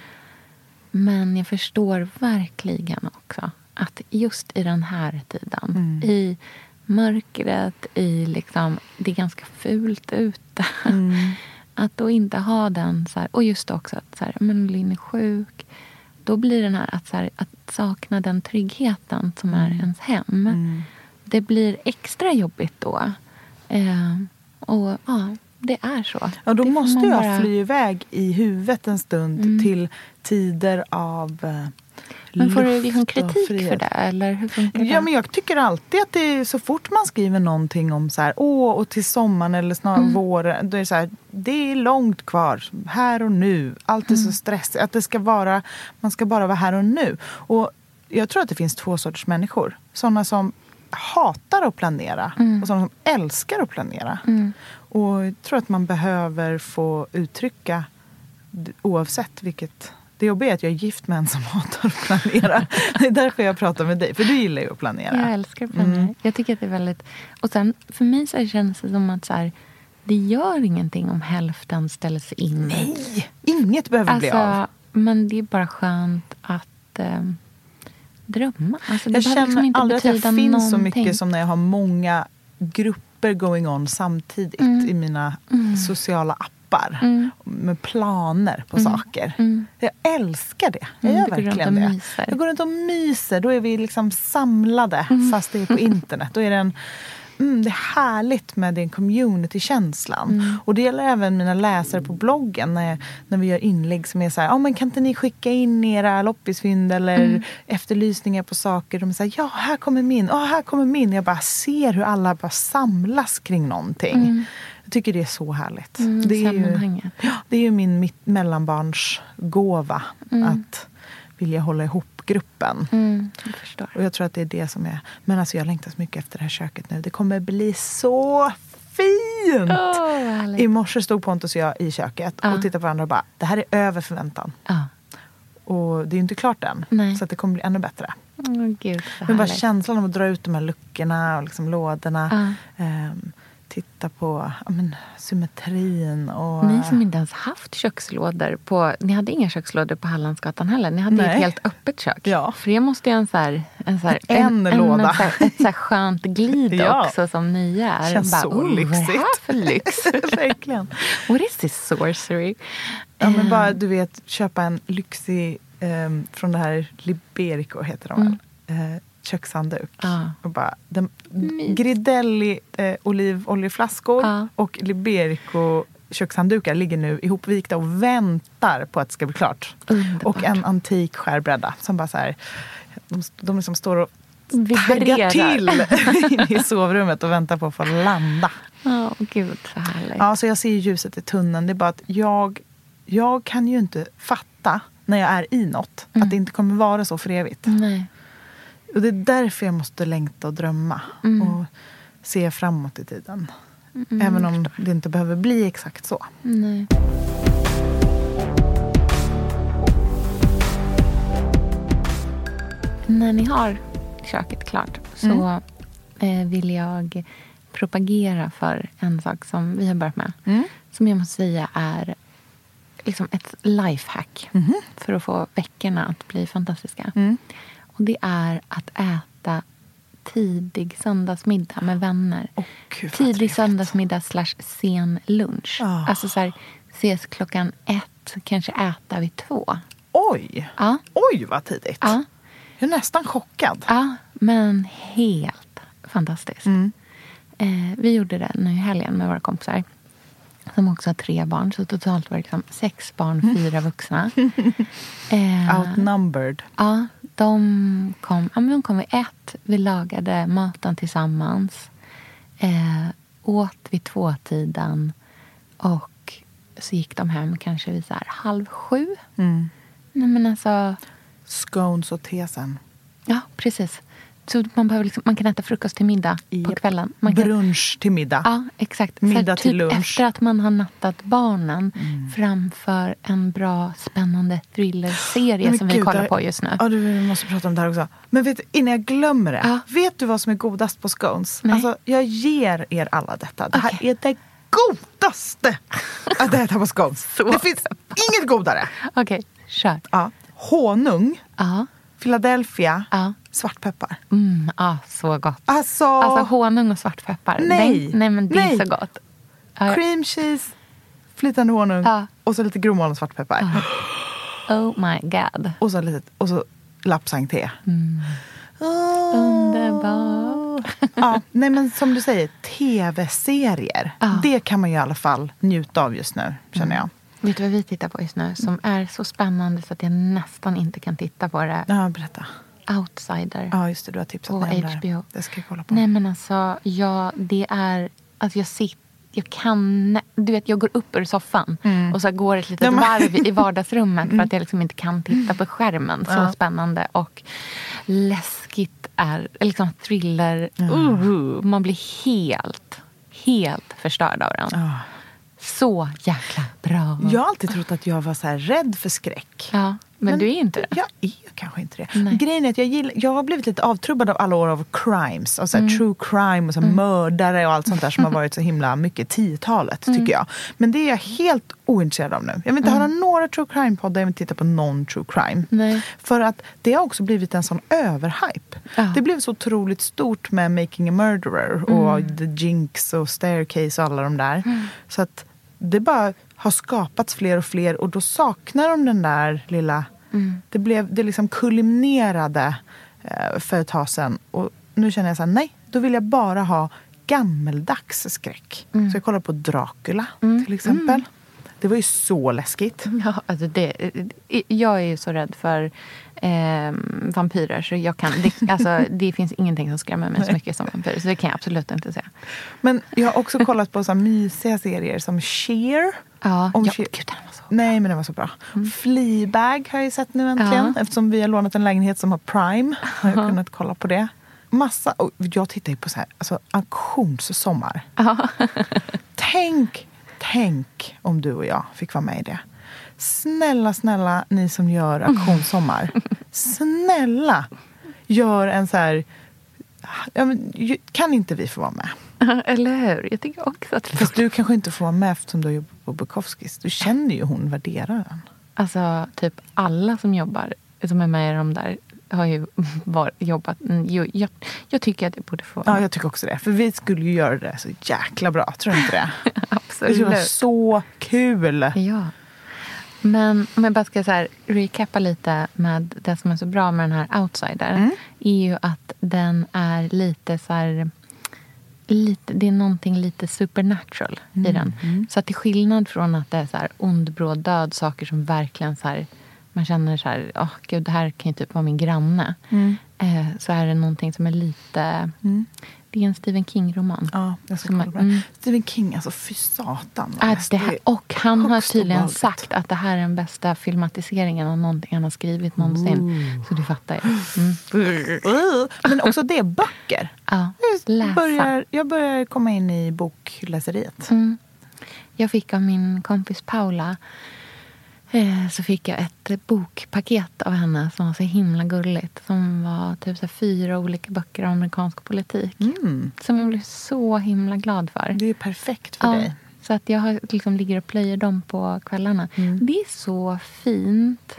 Speaker 5: Men jag förstår verkligen också att just i den här tiden, mm. i mörkret, i liksom, det är ganska fult ute. Mm. Att då inte ha den så här, och just också att så här, men Linn är sjuk. Då blir den här att, så här, att sakna den tryggheten som är ens hem. Mm. Det blir extra jobbigt då. Eh, och ja, det är så.
Speaker 4: Ja, då
Speaker 5: det
Speaker 4: måste jag
Speaker 5: bara...
Speaker 4: fly iväg i huvudet en stund mm. till tider av... Eh,
Speaker 5: Men får du liksom kritik för det? Eller hur funkar det?
Speaker 4: Ja, men jag tycker alltid att det är så fort man skriver någonting om så här, åh, och till sommaren eller snarare mm. våren, då är det så här, det är långt kvar, här och nu. Allt är mm. så stressigt. Att det ska vara, man ska bara vara här och nu. Och jag tror att det finns två sorters människor. Sådana som hatar att planera mm. och sådana som älskar att planera. Mm. Och jag tror att man behöver få uttrycka oavsett vilket... Det jobbiga är att jag är gift med en som hatar att planera. Det är därför jag pratar med dig. För du gillar ju att planera.
Speaker 5: Jag älskar att planera. Mm. Jag tycker att det är väldigt... Och sen, för mig så känns det som att så här, det gör ingenting om hälften ställer sig in.
Speaker 4: Nej, inget behöver
Speaker 5: alltså,
Speaker 4: bli av.
Speaker 5: Men det är bara skönt att eh, drömma. Alltså, det
Speaker 4: jag känner
Speaker 5: liksom inte
Speaker 4: aldrig att jag finns
Speaker 5: någonting.
Speaker 4: så mycket som när jag har många grupper going on samtidigt mm. i mina mm. sociala appar. Mm. Med planer på mm. saker. Mm. Jag älskar det. Jag
Speaker 5: mm,
Speaker 4: gör verkligen det.
Speaker 5: Myser.
Speaker 4: Jag går runt och myser. Då är vi liksom samlade mm. fast det är på internet. Då är det en... Mm, det är härligt med den community-känslan. Mm. Och det gäller även mina läsare på bloggen. När, när vi gör inlägg som är så här, oh, men kan inte ni skicka in era loppisfynd eller mm. efterlysningar på saker. De säger, ja, här kommer min. Ja, oh, här kommer min. Jag bara ser hur alla bara samlas kring någonting. Mm. Jag tycker det är så härligt.
Speaker 5: Mm,
Speaker 4: det, är ju,
Speaker 5: ja,
Speaker 4: det är ju min mitt, mellanbarns gåva. Mm. Att vilja hålla ihop gruppen.
Speaker 5: Mm, jag förstår.
Speaker 4: Och jag tror att det är det som är... Men alltså jag längtar så mycket efter det här köket nu. Det kommer bli så fint!
Speaker 5: Oh,
Speaker 4: i morse stod Pontus och jag i köket ah. och tittade på varandra och bara, det här är över förväntan.
Speaker 5: Ah.
Speaker 4: Och det är ju inte klart än.
Speaker 5: Nej.
Speaker 4: Så att det kommer bli ännu bättre.
Speaker 5: Oh, Gud,
Speaker 4: men bara känslan av att dra ut de här luckorna och liksom lådorna.
Speaker 5: Ah.
Speaker 4: Um, titta på ja, men, symmetrin. Och...
Speaker 5: Ni som inte ens haft kökslådor på... Ni hade inga kökslådor på Hallandsgatan heller. Ni hade ett helt öppet kök.
Speaker 4: Ja.
Speaker 5: För det måste ju en så här... En, så här,
Speaker 4: en, en låda.
Speaker 5: En, så här, ett så här skönt glid
Speaker 4: ja.
Speaker 5: också som ni är.
Speaker 4: Känns bara, så lyxigt.
Speaker 5: Vad är det här för lyx?
Speaker 4: Verkligen.
Speaker 5: What is this sorcery?
Speaker 4: Ja, men bara, du vet, köpa en lyxig... Um, från det här Liberico heter de väl. Mm. Uh, kökshandduk. Ah. Och bara, den, Gridelli eh, olivoljeflaskor ah. och Liberico kökshanddukar ligger nu ihopvikta och väntar på att det ska bli klart.
Speaker 5: Underbart.
Speaker 4: Och en antik skärbräda som bara så här, de, de liksom står och
Speaker 5: Vibrerar.
Speaker 4: taggar till inne i sovrummet och väntar på att få landa.
Speaker 5: Ja, oh, gud så härligt.
Speaker 4: Ja, så jag ser ljuset i tunneln. Det är bara att jag, jag kan ju inte fatta när jag är i något
Speaker 5: Mm.
Speaker 4: att det inte kommer vara så för evigt.
Speaker 5: Nej.
Speaker 4: Och det är därför jag måste längta och drömma
Speaker 5: Mm.
Speaker 4: och se framåt i tiden.
Speaker 5: Mm,
Speaker 4: Även om det inte behöver bli exakt så.
Speaker 5: Nej. När ni har köket klart så
Speaker 4: Mm.
Speaker 5: eh, vill jag propagera för en sak som vi har börjat med.
Speaker 4: Mm.
Speaker 5: Som jag måste säga är liksom ett lifehack
Speaker 4: Mhm.
Speaker 5: för att få veckorna att bli fantastiska.
Speaker 4: Mm.
Speaker 5: Och det är att äta tidig söndagsmiddag med vänner.
Speaker 4: Åh, gud, vad
Speaker 5: Tidig
Speaker 4: trevligt.
Speaker 5: söndagsmiddag slash sen lunch.
Speaker 4: Ah.
Speaker 5: Alltså så här, ses klockan ett, kanske äta vid två.
Speaker 4: Oj!
Speaker 5: Ja,
Speaker 4: Oj, vad tidigt.
Speaker 5: ja,
Speaker 4: Jag är nästan chockad.
Speaker 5: ja men helt fantastiskt.
Speaker 4: Mm.
Speaker 5: Eh, vi gjorde det nu i helgen med våra kompisar. Som också har tre barn. Så totalt var det liksom sex barn, fyra vuxna. Eh,
Speaker 4: Outnumbered.
Speaker 5: Ja, de kom, ja, men de kom vid ett. Vi lagade maten tillsammans. Eh, åt vid tvåtiden. Och så gick de hem kanske vid så här halv sju.
Speaker 4: Mm.
Speaker 5: Nej, men alltså,
Speaker 4: Scones och te sen.
Speaker 5: ja, precis. Så man, behöver liksom, man kan äta frukost till middag på
Speaker 4: Japp.
Speaker 5: kvällen. Man kan,
Speaker 4: Brunch till middag.
Speaker 5: ja, exakt.
Speaker 4: Middag
Speaker 5: så här,
Speaker 4: till
Speaker 5: typ
Speaker 4: lunch.
Speaker 5: efter att man har nattat barnen
Speaker 4: Mm.
Speaker 5: framför en bra, spännande thriller-serie
Speaker 4: Men
Speaker 5: som vi
Speaker 4: gud,
Speaker 5: kollar
Speaker 4: där-
Speaker 5: på just nu.
Speaker 4: Ja, du, vi måste prata om det här också. Men vet du, innan jag glömmer det.
Speaker 5: Ja.
Speaker 4: Vet du vad som är godast på scones?
Speaker 5: Nej.
Speaker 4: Alltså, jag ger er alla detta. Det här
Speaker 5: Okej.
Speaker 4: är det godaste att äta på scones.
Speaker 5: Så.
Speaker 4: Det finns inget godare.
Speaker 5: Okej, kör.
Speaker 4: Ja. Honung,
Speaker 5: Ja,
Speaker 4: Philadelphia,
Speaker 5: ja.
Speaker 4: svartpeppar.
Speaker 5: Mm, ah, så gott.
Speaker 4: Alltså,
Speaker 5: Alltså honung och svartpeppar.
Speaker 4: Nej.
Speaker 5: Nej, nej men det
Speaker 4: Nej.
Speaker 5: är så gott. Ja,
Speaker 4: cream cheese, flytande honung
Speaker 5: Ja.
Speaker 4: och så lite grovmalen svartpeppar.
Speaker 5: oh my god.
Speaker 4: Och så lite, och så lapsang-te.
Speaker 5: Mm.
Speaker 4: Oh.
Speaker 5: Underbart.
Speaker 4: Ja, nej men som du säger, tv-serier.
Speaker 5: Ja.
Speaker 4: Det kan man ju i alla fall njuta av just nu, känner jag.
Speaker 5: Vet du vad vi tittar på just nu? Som är så spännande så att jag nästan inte kan titta på det.
Speaker 4: Ja, berätta.
Speaker 5: Outsider.
Speaker 4: Ja, just det, du har tipsat
Speaker 5: På
Speaker 4: mig om det här.
Speaker 5: H B O.
Speaker 4: Det ska jag kolla på.
Speaker 5: Nej men alltså, ja, det är... Alltså jag sitter... Jag kan... Du vet, jag går upp ur soffan
Speaker 4: Mm.
Speaker 5: och så går ett litet
Speaker 4: Ja, men-
Speaker 5: varv i vardagsrummet för att jag liksom inte kan titta på skärmen. Så
Speaker 4: Ja.
Speaker 5: spännande och läskigt är... Liksom thriller.
Speaker 4: Ja.
Speaker 5: Uh, man blir helt, helt förstörd av den.
Speaker 4: Ja.
Speaker 5: Så jäkla bra.
Speaker 4: Jag har alltid trott att jag var så här rädd för skräck.
Speaker 5: Ja, men, du är inte det.
Speaker 4: Jag är kanske inte det.
Speaker 5: Nej.
Speaker 4: Grejen är att jag, gillar, jag har blivit lite avtrubbad av alla år av crimes. Och så
Speaker 5: Mm.
Speaker 4: här, true crime och så här, mördare och allt sånt där som har varit så himla mycket tiotalet,
Speaker 5: Mm.
Speaker 4: tycker jag. Men det är jag helt ointresserad av nu. Jag vill inte höra några true crime-poddar, jag vill inte titta på någon true crime.
Speaker 5: Nej.
Speaker 4: För att det har också blivit en sån överhype.
Speaker 5: Ja.
Speaker 4: Det blev så otroligt stort med Making a Murderer och The Jinx och Staircase och alla de där. Så att det bara har skapats fler och fler och då saknar de den där lilla...
Speaker 5: Mm.
Speaker 4: Det, blev, det liksom kulminerade eh, för ett tag sedan. Och nu känner jag så här, nej, då vill jag bara ha gammeldags skräck.
Speaker 5: Mm.
Speaker 4: Så jag kollar på Dracula
Speaker 5: Mm.
Speaker 4: till exempel. Det var ju så läskigt.
Speaker 5: Ja, alltså det, jag är ju så rädd för eh, vampyrer så jag kan, det, alltså, det finns ingenting som skrämmer mig så mycket som vampyrer. Så det kan jag absolut inte säga.
Speaker 4: Men jag har också kollat på så här mysiga serier som Cher.
Speaker 5: Ja,
Speaker 4: Om
Speaker 5: ja
Speaker 4: Cher-
Speaker 5: gud den var så.
Speaker 4: Nej, men det var så bra. Fleabag har jag ju sett nu äntligen.
Speaker 5: Ja.
Speaker 4: Eftersom vi har lånat en lägenhet som har Prime har jag kunnat kolla på det. Massa, och jag tittar ju på så här, alltså auktionssommar.
Speaker 5: Ja.
Speaker 4: Tänk, tänk om du och jag fick vara med i det. Snälla, snälla, ni som gör auktionssommar. Snälla, gör en så här... Ja, men, ju- kan inte vi få vara med?
Speaker 5: Eller hur? Jag tycker också att det
Speaker 4: Fast du kanske inte får vara med eftersom du jobbar på Bukowskis. Du känner ju hon värderaren.
Speaker 5: Alltså typ alla som jobbar, som är med i de där, har ju var, jobbat. Jo, jag, jag tycker att jag borde få.
Speaker 4: Ja, jag tycker också det. För vi skulle ju göra det så jäkla bra. Tror du inte det? Det
Speaker 5: absolut.
Speaker 4: skulle vara så kul.
Speaker 5: Ja. Men om jag bara ska så här recappa lite med det som är så bra med den här Outsider.
Speaker 4: Mm.
Speaker 5: Är ju att den är lite så här lite, det är någonting lite supernatural mm. i den. Mm. Så att till skillnad från att det är så här ond, bråd, död, saker som verkligen så här, man känner så här, åh oh, gud, det här kan ju typ vara min granne. Mm. Eh, så är det någonting som är lite... Mm. Det är en Stephen King-roman.
Speaker 4: Ja, jag ska kolla på mm. Stephen King, alltså fy satan.
Speaker 5: Äh, det här, och han har tydligen sagt att det här är den bästa filmatiseringen av någonting han har skrivit någonsin. Uh. Så du fattar ju. Mm.
Speaker 4: Uh. Men också det är böcker.
Speaker 5: Ja, läsa.
Speaker 4: Jag börjar, jag börjar komma in i bokläseriet.
Speaker 5: Mm. Jag fick av min kompis Paula... Så fick jag ett bokpaket av henne som var så himla gulligt. Som var typ så fyra olika böcker om amerikansk politik. Mm. Som jag blev så himla glad för.
Speaker 4: Det är perfekt för
Speaker 5: ja,
Speaker 4: dig.
Speaker 5: Så att jag har, liksom, ligger och plöjer dem på kvällarna. Mm. Det är så fint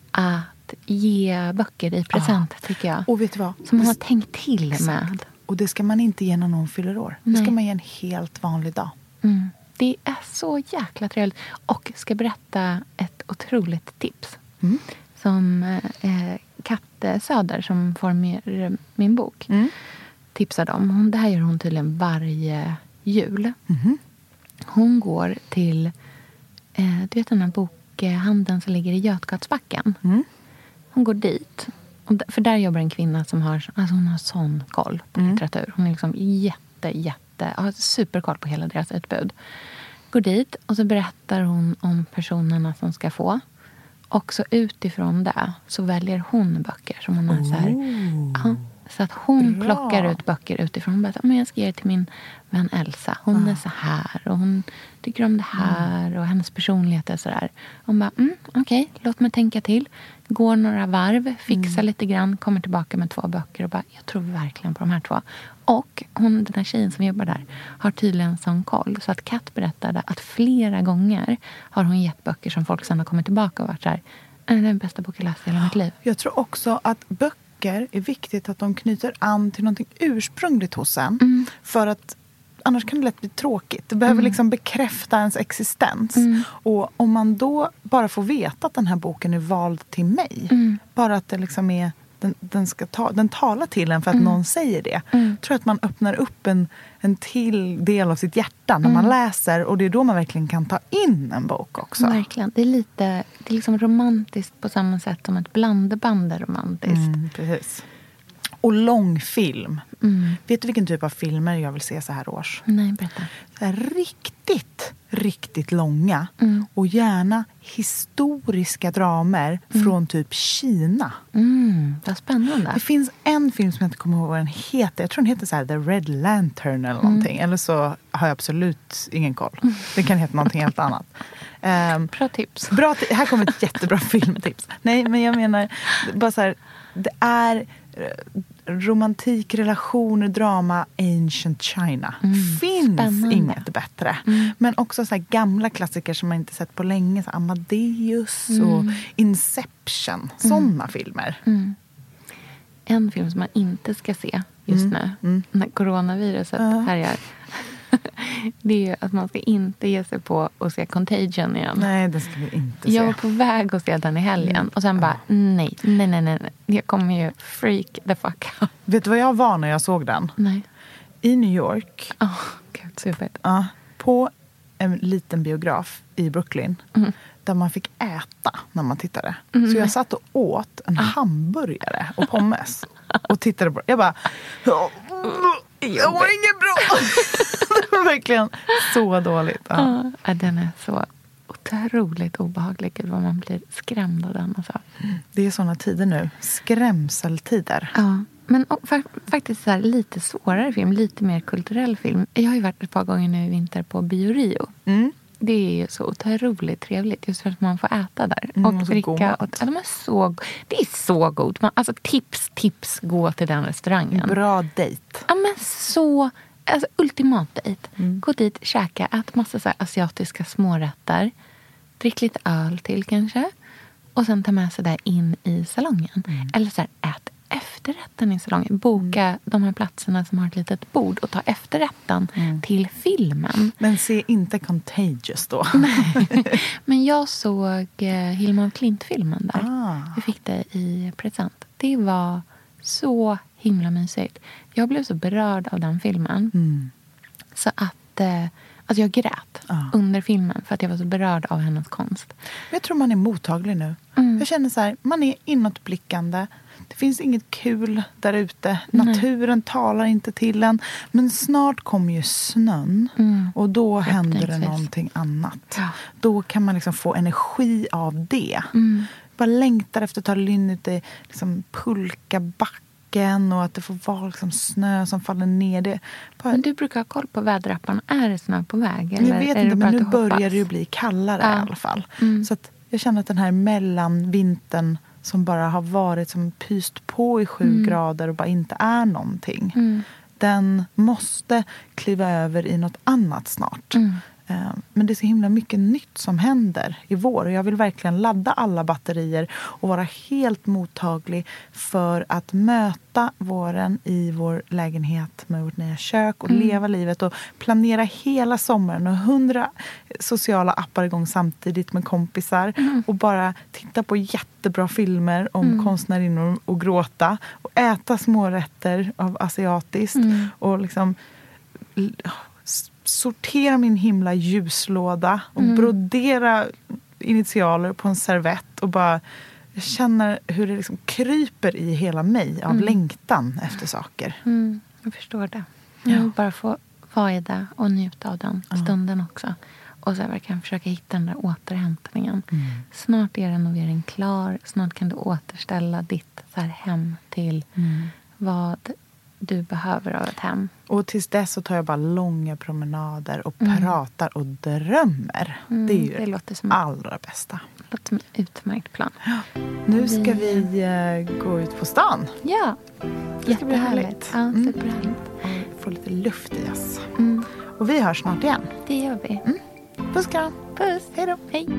Speaker 5: att ge böcker i present, ja. Tycker jag.
Speaker 4: Och vet du vad?
Speaker 5: Som man har tänkt till Exakt. Med.
Speaker 4: Och det ska man inte ge när någon fyller år. Nej. Det ska man ge en helt vanlig dag.
Speaker 5: Mm. Det är så jäkla trevligt. Och ska berätta ett otroligt tips. Mm. Som eh, Katte Söder, som formerar min bok, mm. tipsade om. Hon, det här gör hon tydligen varje jul. Mm. Hon går till eh, du vet den här bokhandeln som ligger i Götgatsbacken. Mm. Hon går dit. För där jobbar en kvinna som har, alltså hon har sån koll på mm. litteratur. Hon är liksom jätte, jätte, har superkoll på hela deras utbud. Går dit och så berättar hon om personerna som ska få. Och så utifrån det så väljer hon böcker som hon har så här. Ja, så att hon Bra. Plockar ut böcker utifrån. Hon berättar, men jag ska ge det till min vän Elsa. Hon ah. är så här och hon tycker om det här mm. och hennes personlighet är så där. Hon bara, mm, okej, okay, låt mig tänka till. Går några varv, fixar mm. lite grann, kommer tillbaka med två böcker och bara, jag tror verkligen på de här två. Och hon, den här tjejen som jobbar där har tydligen sån koll. Så att Kat berättade att flera gånger har hon gett böcker som folk sedan har kommit tillbaka och varit så här, det är den bästa bok jag läst i hela mitt liv.
Speaker 4: Jag tror också att böcker är viktigt att de knyter an till någonting ursprungligt hos en. Mm. För att annars kan det lätt bli tråkigt. Det behöver mm. liksom bekräfta ens existens. Mm. Och om man då bara får veta att den här boken är vald till mig. Mm. Bara att det liksom är Den, den, ska ta, den talar till en för att mm. någon säger det. Mm. Jag tror att man öppnar upp en, en till del av sitt hjärta när mm. man läser. Och det är då man verkligen kan ta in en bok också.
Speaker 5: Verkligen. Det är lite det är liksom romantiskt på samma sätt som ett blandeband är romantiskt.
Speaker 4: Mm, precis. Och långfilm. Mm. Vet du vilken typ av filmer jag vill se så här års?
Speaker 5: Nej, berätta.
Speaker 4: Så här riktigt, riktigt långa. Mm. Och gärna historiska dramer mm. från typ Kina.
Speaker 5: Mm, vad spännande.
Speaker 4: Det finns en film som jag inte kommer ihåg vad den heter. Jag tror den heter så här The Red Lantern eller någonting. Mm. Eller så har jag absolut ingen koll. Mm. Det kan heta någonting helt annat. Um,
Speaker 5: bra tips.
Speaker 4: Bra t- här kommer ett jättebra filmtips. Nej, men jag menar bara så här, det är romantik, relationer, drama, ancient China. Mm, finns spännande. Inget bättre. Mm. Men också så här gamla klassiker som man inte sett på länge. Så Amadeus mm. och Inception. Sådana mm. filmer. Mm.
Speaker 5: En film som man inte ska se just mm. nu. Mm. När coronaviruset uh. härjar. Det är ju att man ska inte ge sig på att se Contagion igen.
Speaker 4: Nej, det ska vi inte se.
Speaker 5: Jag var på väg att se den i helgen. Mm. Och sen bara, nej, nej, nej, nej. Jag kommer ju freak the fuck out.
Speaker 4: Vet du vad jag var när jag såg den?
Speaker 5: Nej.
Speaker 4: I New York.
Speaker 5: Åh, oh, gud, super.
Speaker 4: Ja, på en liten biograf i Brooklyn. Mm. Där man fick äta när man tittade. Mm. Så jag satt och åt en hamburgare och pommes. Och tittade på det. Jag bara... Jag var inget bra. Det var verkligen så dåligt. Ja.
Speaker 5: Ja, den är så otroligt obehaglig. Vad man blir skrämd av den. Alltså.
Speaker 4: Det är såna tider nu. Skrämseltider.
Speaker 5: Ja, men och, fa- faktiskt så här, lite svårare film. Lite mer kulturell film. Jag har ju varit ett par gånger nu i vinter på Bio Rio. Mm. Det är ju så otroligt trevligt just för att man får äta där.
Speaker 4: Mm,
Speaker 5: och dricka. Och, ja, de är så, det är så god. Man, alltså tips, tips, gå till den restaurangen.
Speaker 4: Bra dejt.
Speaker 5: Ja, men så, alltså ultimat dejt. Mm. Gå dit, käka, ät massa så här asiatiska smårätter. Drick lite öl till kanske. Och sen ta med sig där in i salongen. Mm. Eller så här, ät efterrätten i salongen. Boka mm. de här platserna som har ett litet bord och ta efterrätten mm. till filmen.
Speaker 4: Men se inte Contagious då.
Speaker 5: Men jag såg eh, Hilma af Klint-filmen där. Ah. Vi fick det i present. Det var så himla mysigt. Jag blev så berörd av den filmen.
Speaker 4: Mm.
Speaker 5: Så att, eh, att jag grät
Speaker 4: ja.
Speaker 5: under filmen. För att jag var så berörd av hennes konst.
Speaker 4: Jag tror man är mottaglig nu.
Speaker 5: Mm.
Speaker 4: Jag känner så här, man är inåtblickande. Det finns inget kul där ute. Naturen mm. talar inte till en. Men snart kommer ju snön. Mm. Och då händer det någonting annat. Ja. Då kan man liksom få energi av det. Mm. Bara längtar efter att ta lynn ut i liksom pulkabacken. Och att det får vara liksom snö som faller ner. Det bara...
Speaker 5: Men du brukar ha koll på väderapparna. Är det snö på väg? Eller
Speaker 4: jag vet
Speaker 5: är
Speaker 4: inte, men nu börjar
Speaker 5: hoppas?
Speaker 4: det ju bli kallare ja. i alla fall.
Speaker 5: Mm.
Speaker 4: Så att jag känner att den här mellanvintern som bara har varit som pyst på i sju mm. grader och bara inte är någonting. Mm. Den måste kliva över i något annat snart. Mm. Men det är så himla mycket nytt som händer i vår. Och jag vill verkligen ladda alla batterier och vara helt mottaglig för att möta våren i vår lägenhet med vårt nya kök och mm. leva livet och planera hela sommaren och hundra sociala appar igång samtidigt med kompisar mm. och bara titta på jättebra filmer om mm. konstnärinnor och gråta och äta smårätter av asiatiskt mm. och liksom sortera min himla ljuslåda och mm. brodera initialer på en servett och bara jag känner hur det liksom kryper i hela mig av mm. längtan efter saker.
Speaker 5: Mm, jag förstår det. Jag vill ja. bara få vara i det och njuta av den stunden ja. också. Och så verkligen försöka hitta den där återhämtningen. Mm. Snart är renoveringen klar. Snart kan du återställa ditt så här hem till mm. vad du behöver av ett hem.
Speaker 4: Och tills dess så tar jag bara långa promenader och mm. pratar och drömmer. Mm, det är ju det låter som allra bästa.
Speaker 5: Det låter som en utmärkt plan.
Speaker 4: Ja. Nu ska vi, vi uh, gå ut på stan.
Speaker 5: Ja,
Speaker 4: det ska bli härligt.
Speaker 5: Ja,
Speaker 4: mm.
Speaker 5: superhärligt.
Speaker 4: Och få lite luft i oss. Mm. Och vi hörs snart igen.
Speaker 5: Det gör vi.
Speaker 4: Mm. Puss kram.
Speaker 5: Puss.
Speaker 4: Hej då.
Speaker 5: Hej.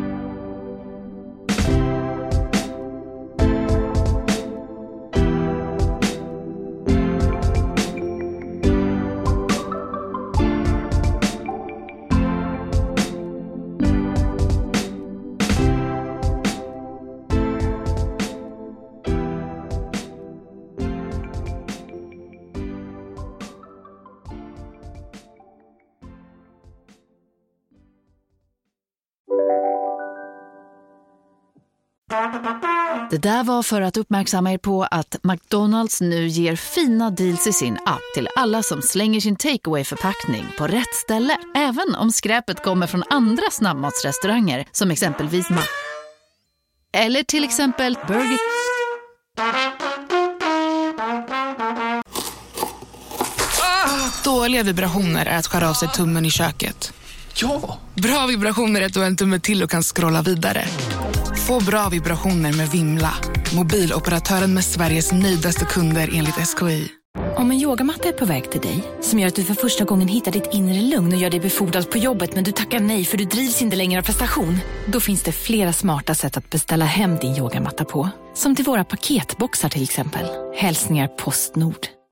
Speaker 8: Det där var för att uppmärksamma er på att McDonalds nu ger fina deals i sin app till alla som slänger sin takeaway-förpackning på rätt ställe. Även om skräpet kommer från andra snabbmatsrestauranger som exempelvis Ma... Eller till exempel Burger...
Speaker 9: Ah, dåliga vibrationer är att skära av sig tummen i köket.
Speaker 1: Ja!
Speaker 9: Bra vibrationer är att du har en tumme till och kan scrolla vidare. Få bra vibrationer med Vimla. Mobiloperatören med Sveriges nöjdaste kunder enligt S K I.
Speaker 10: Om en yogamatta är på väg till dig, som gör att du för första gången hittar ditt inre lugn och gör dig befordrad på jobbet men du tackar nej för du drivs inte längre av prestation. Då finns det flera smarta sätt att beställa hem din yogamatta på. Som till våra paketboxar till exempel. Hälsningar Postnord.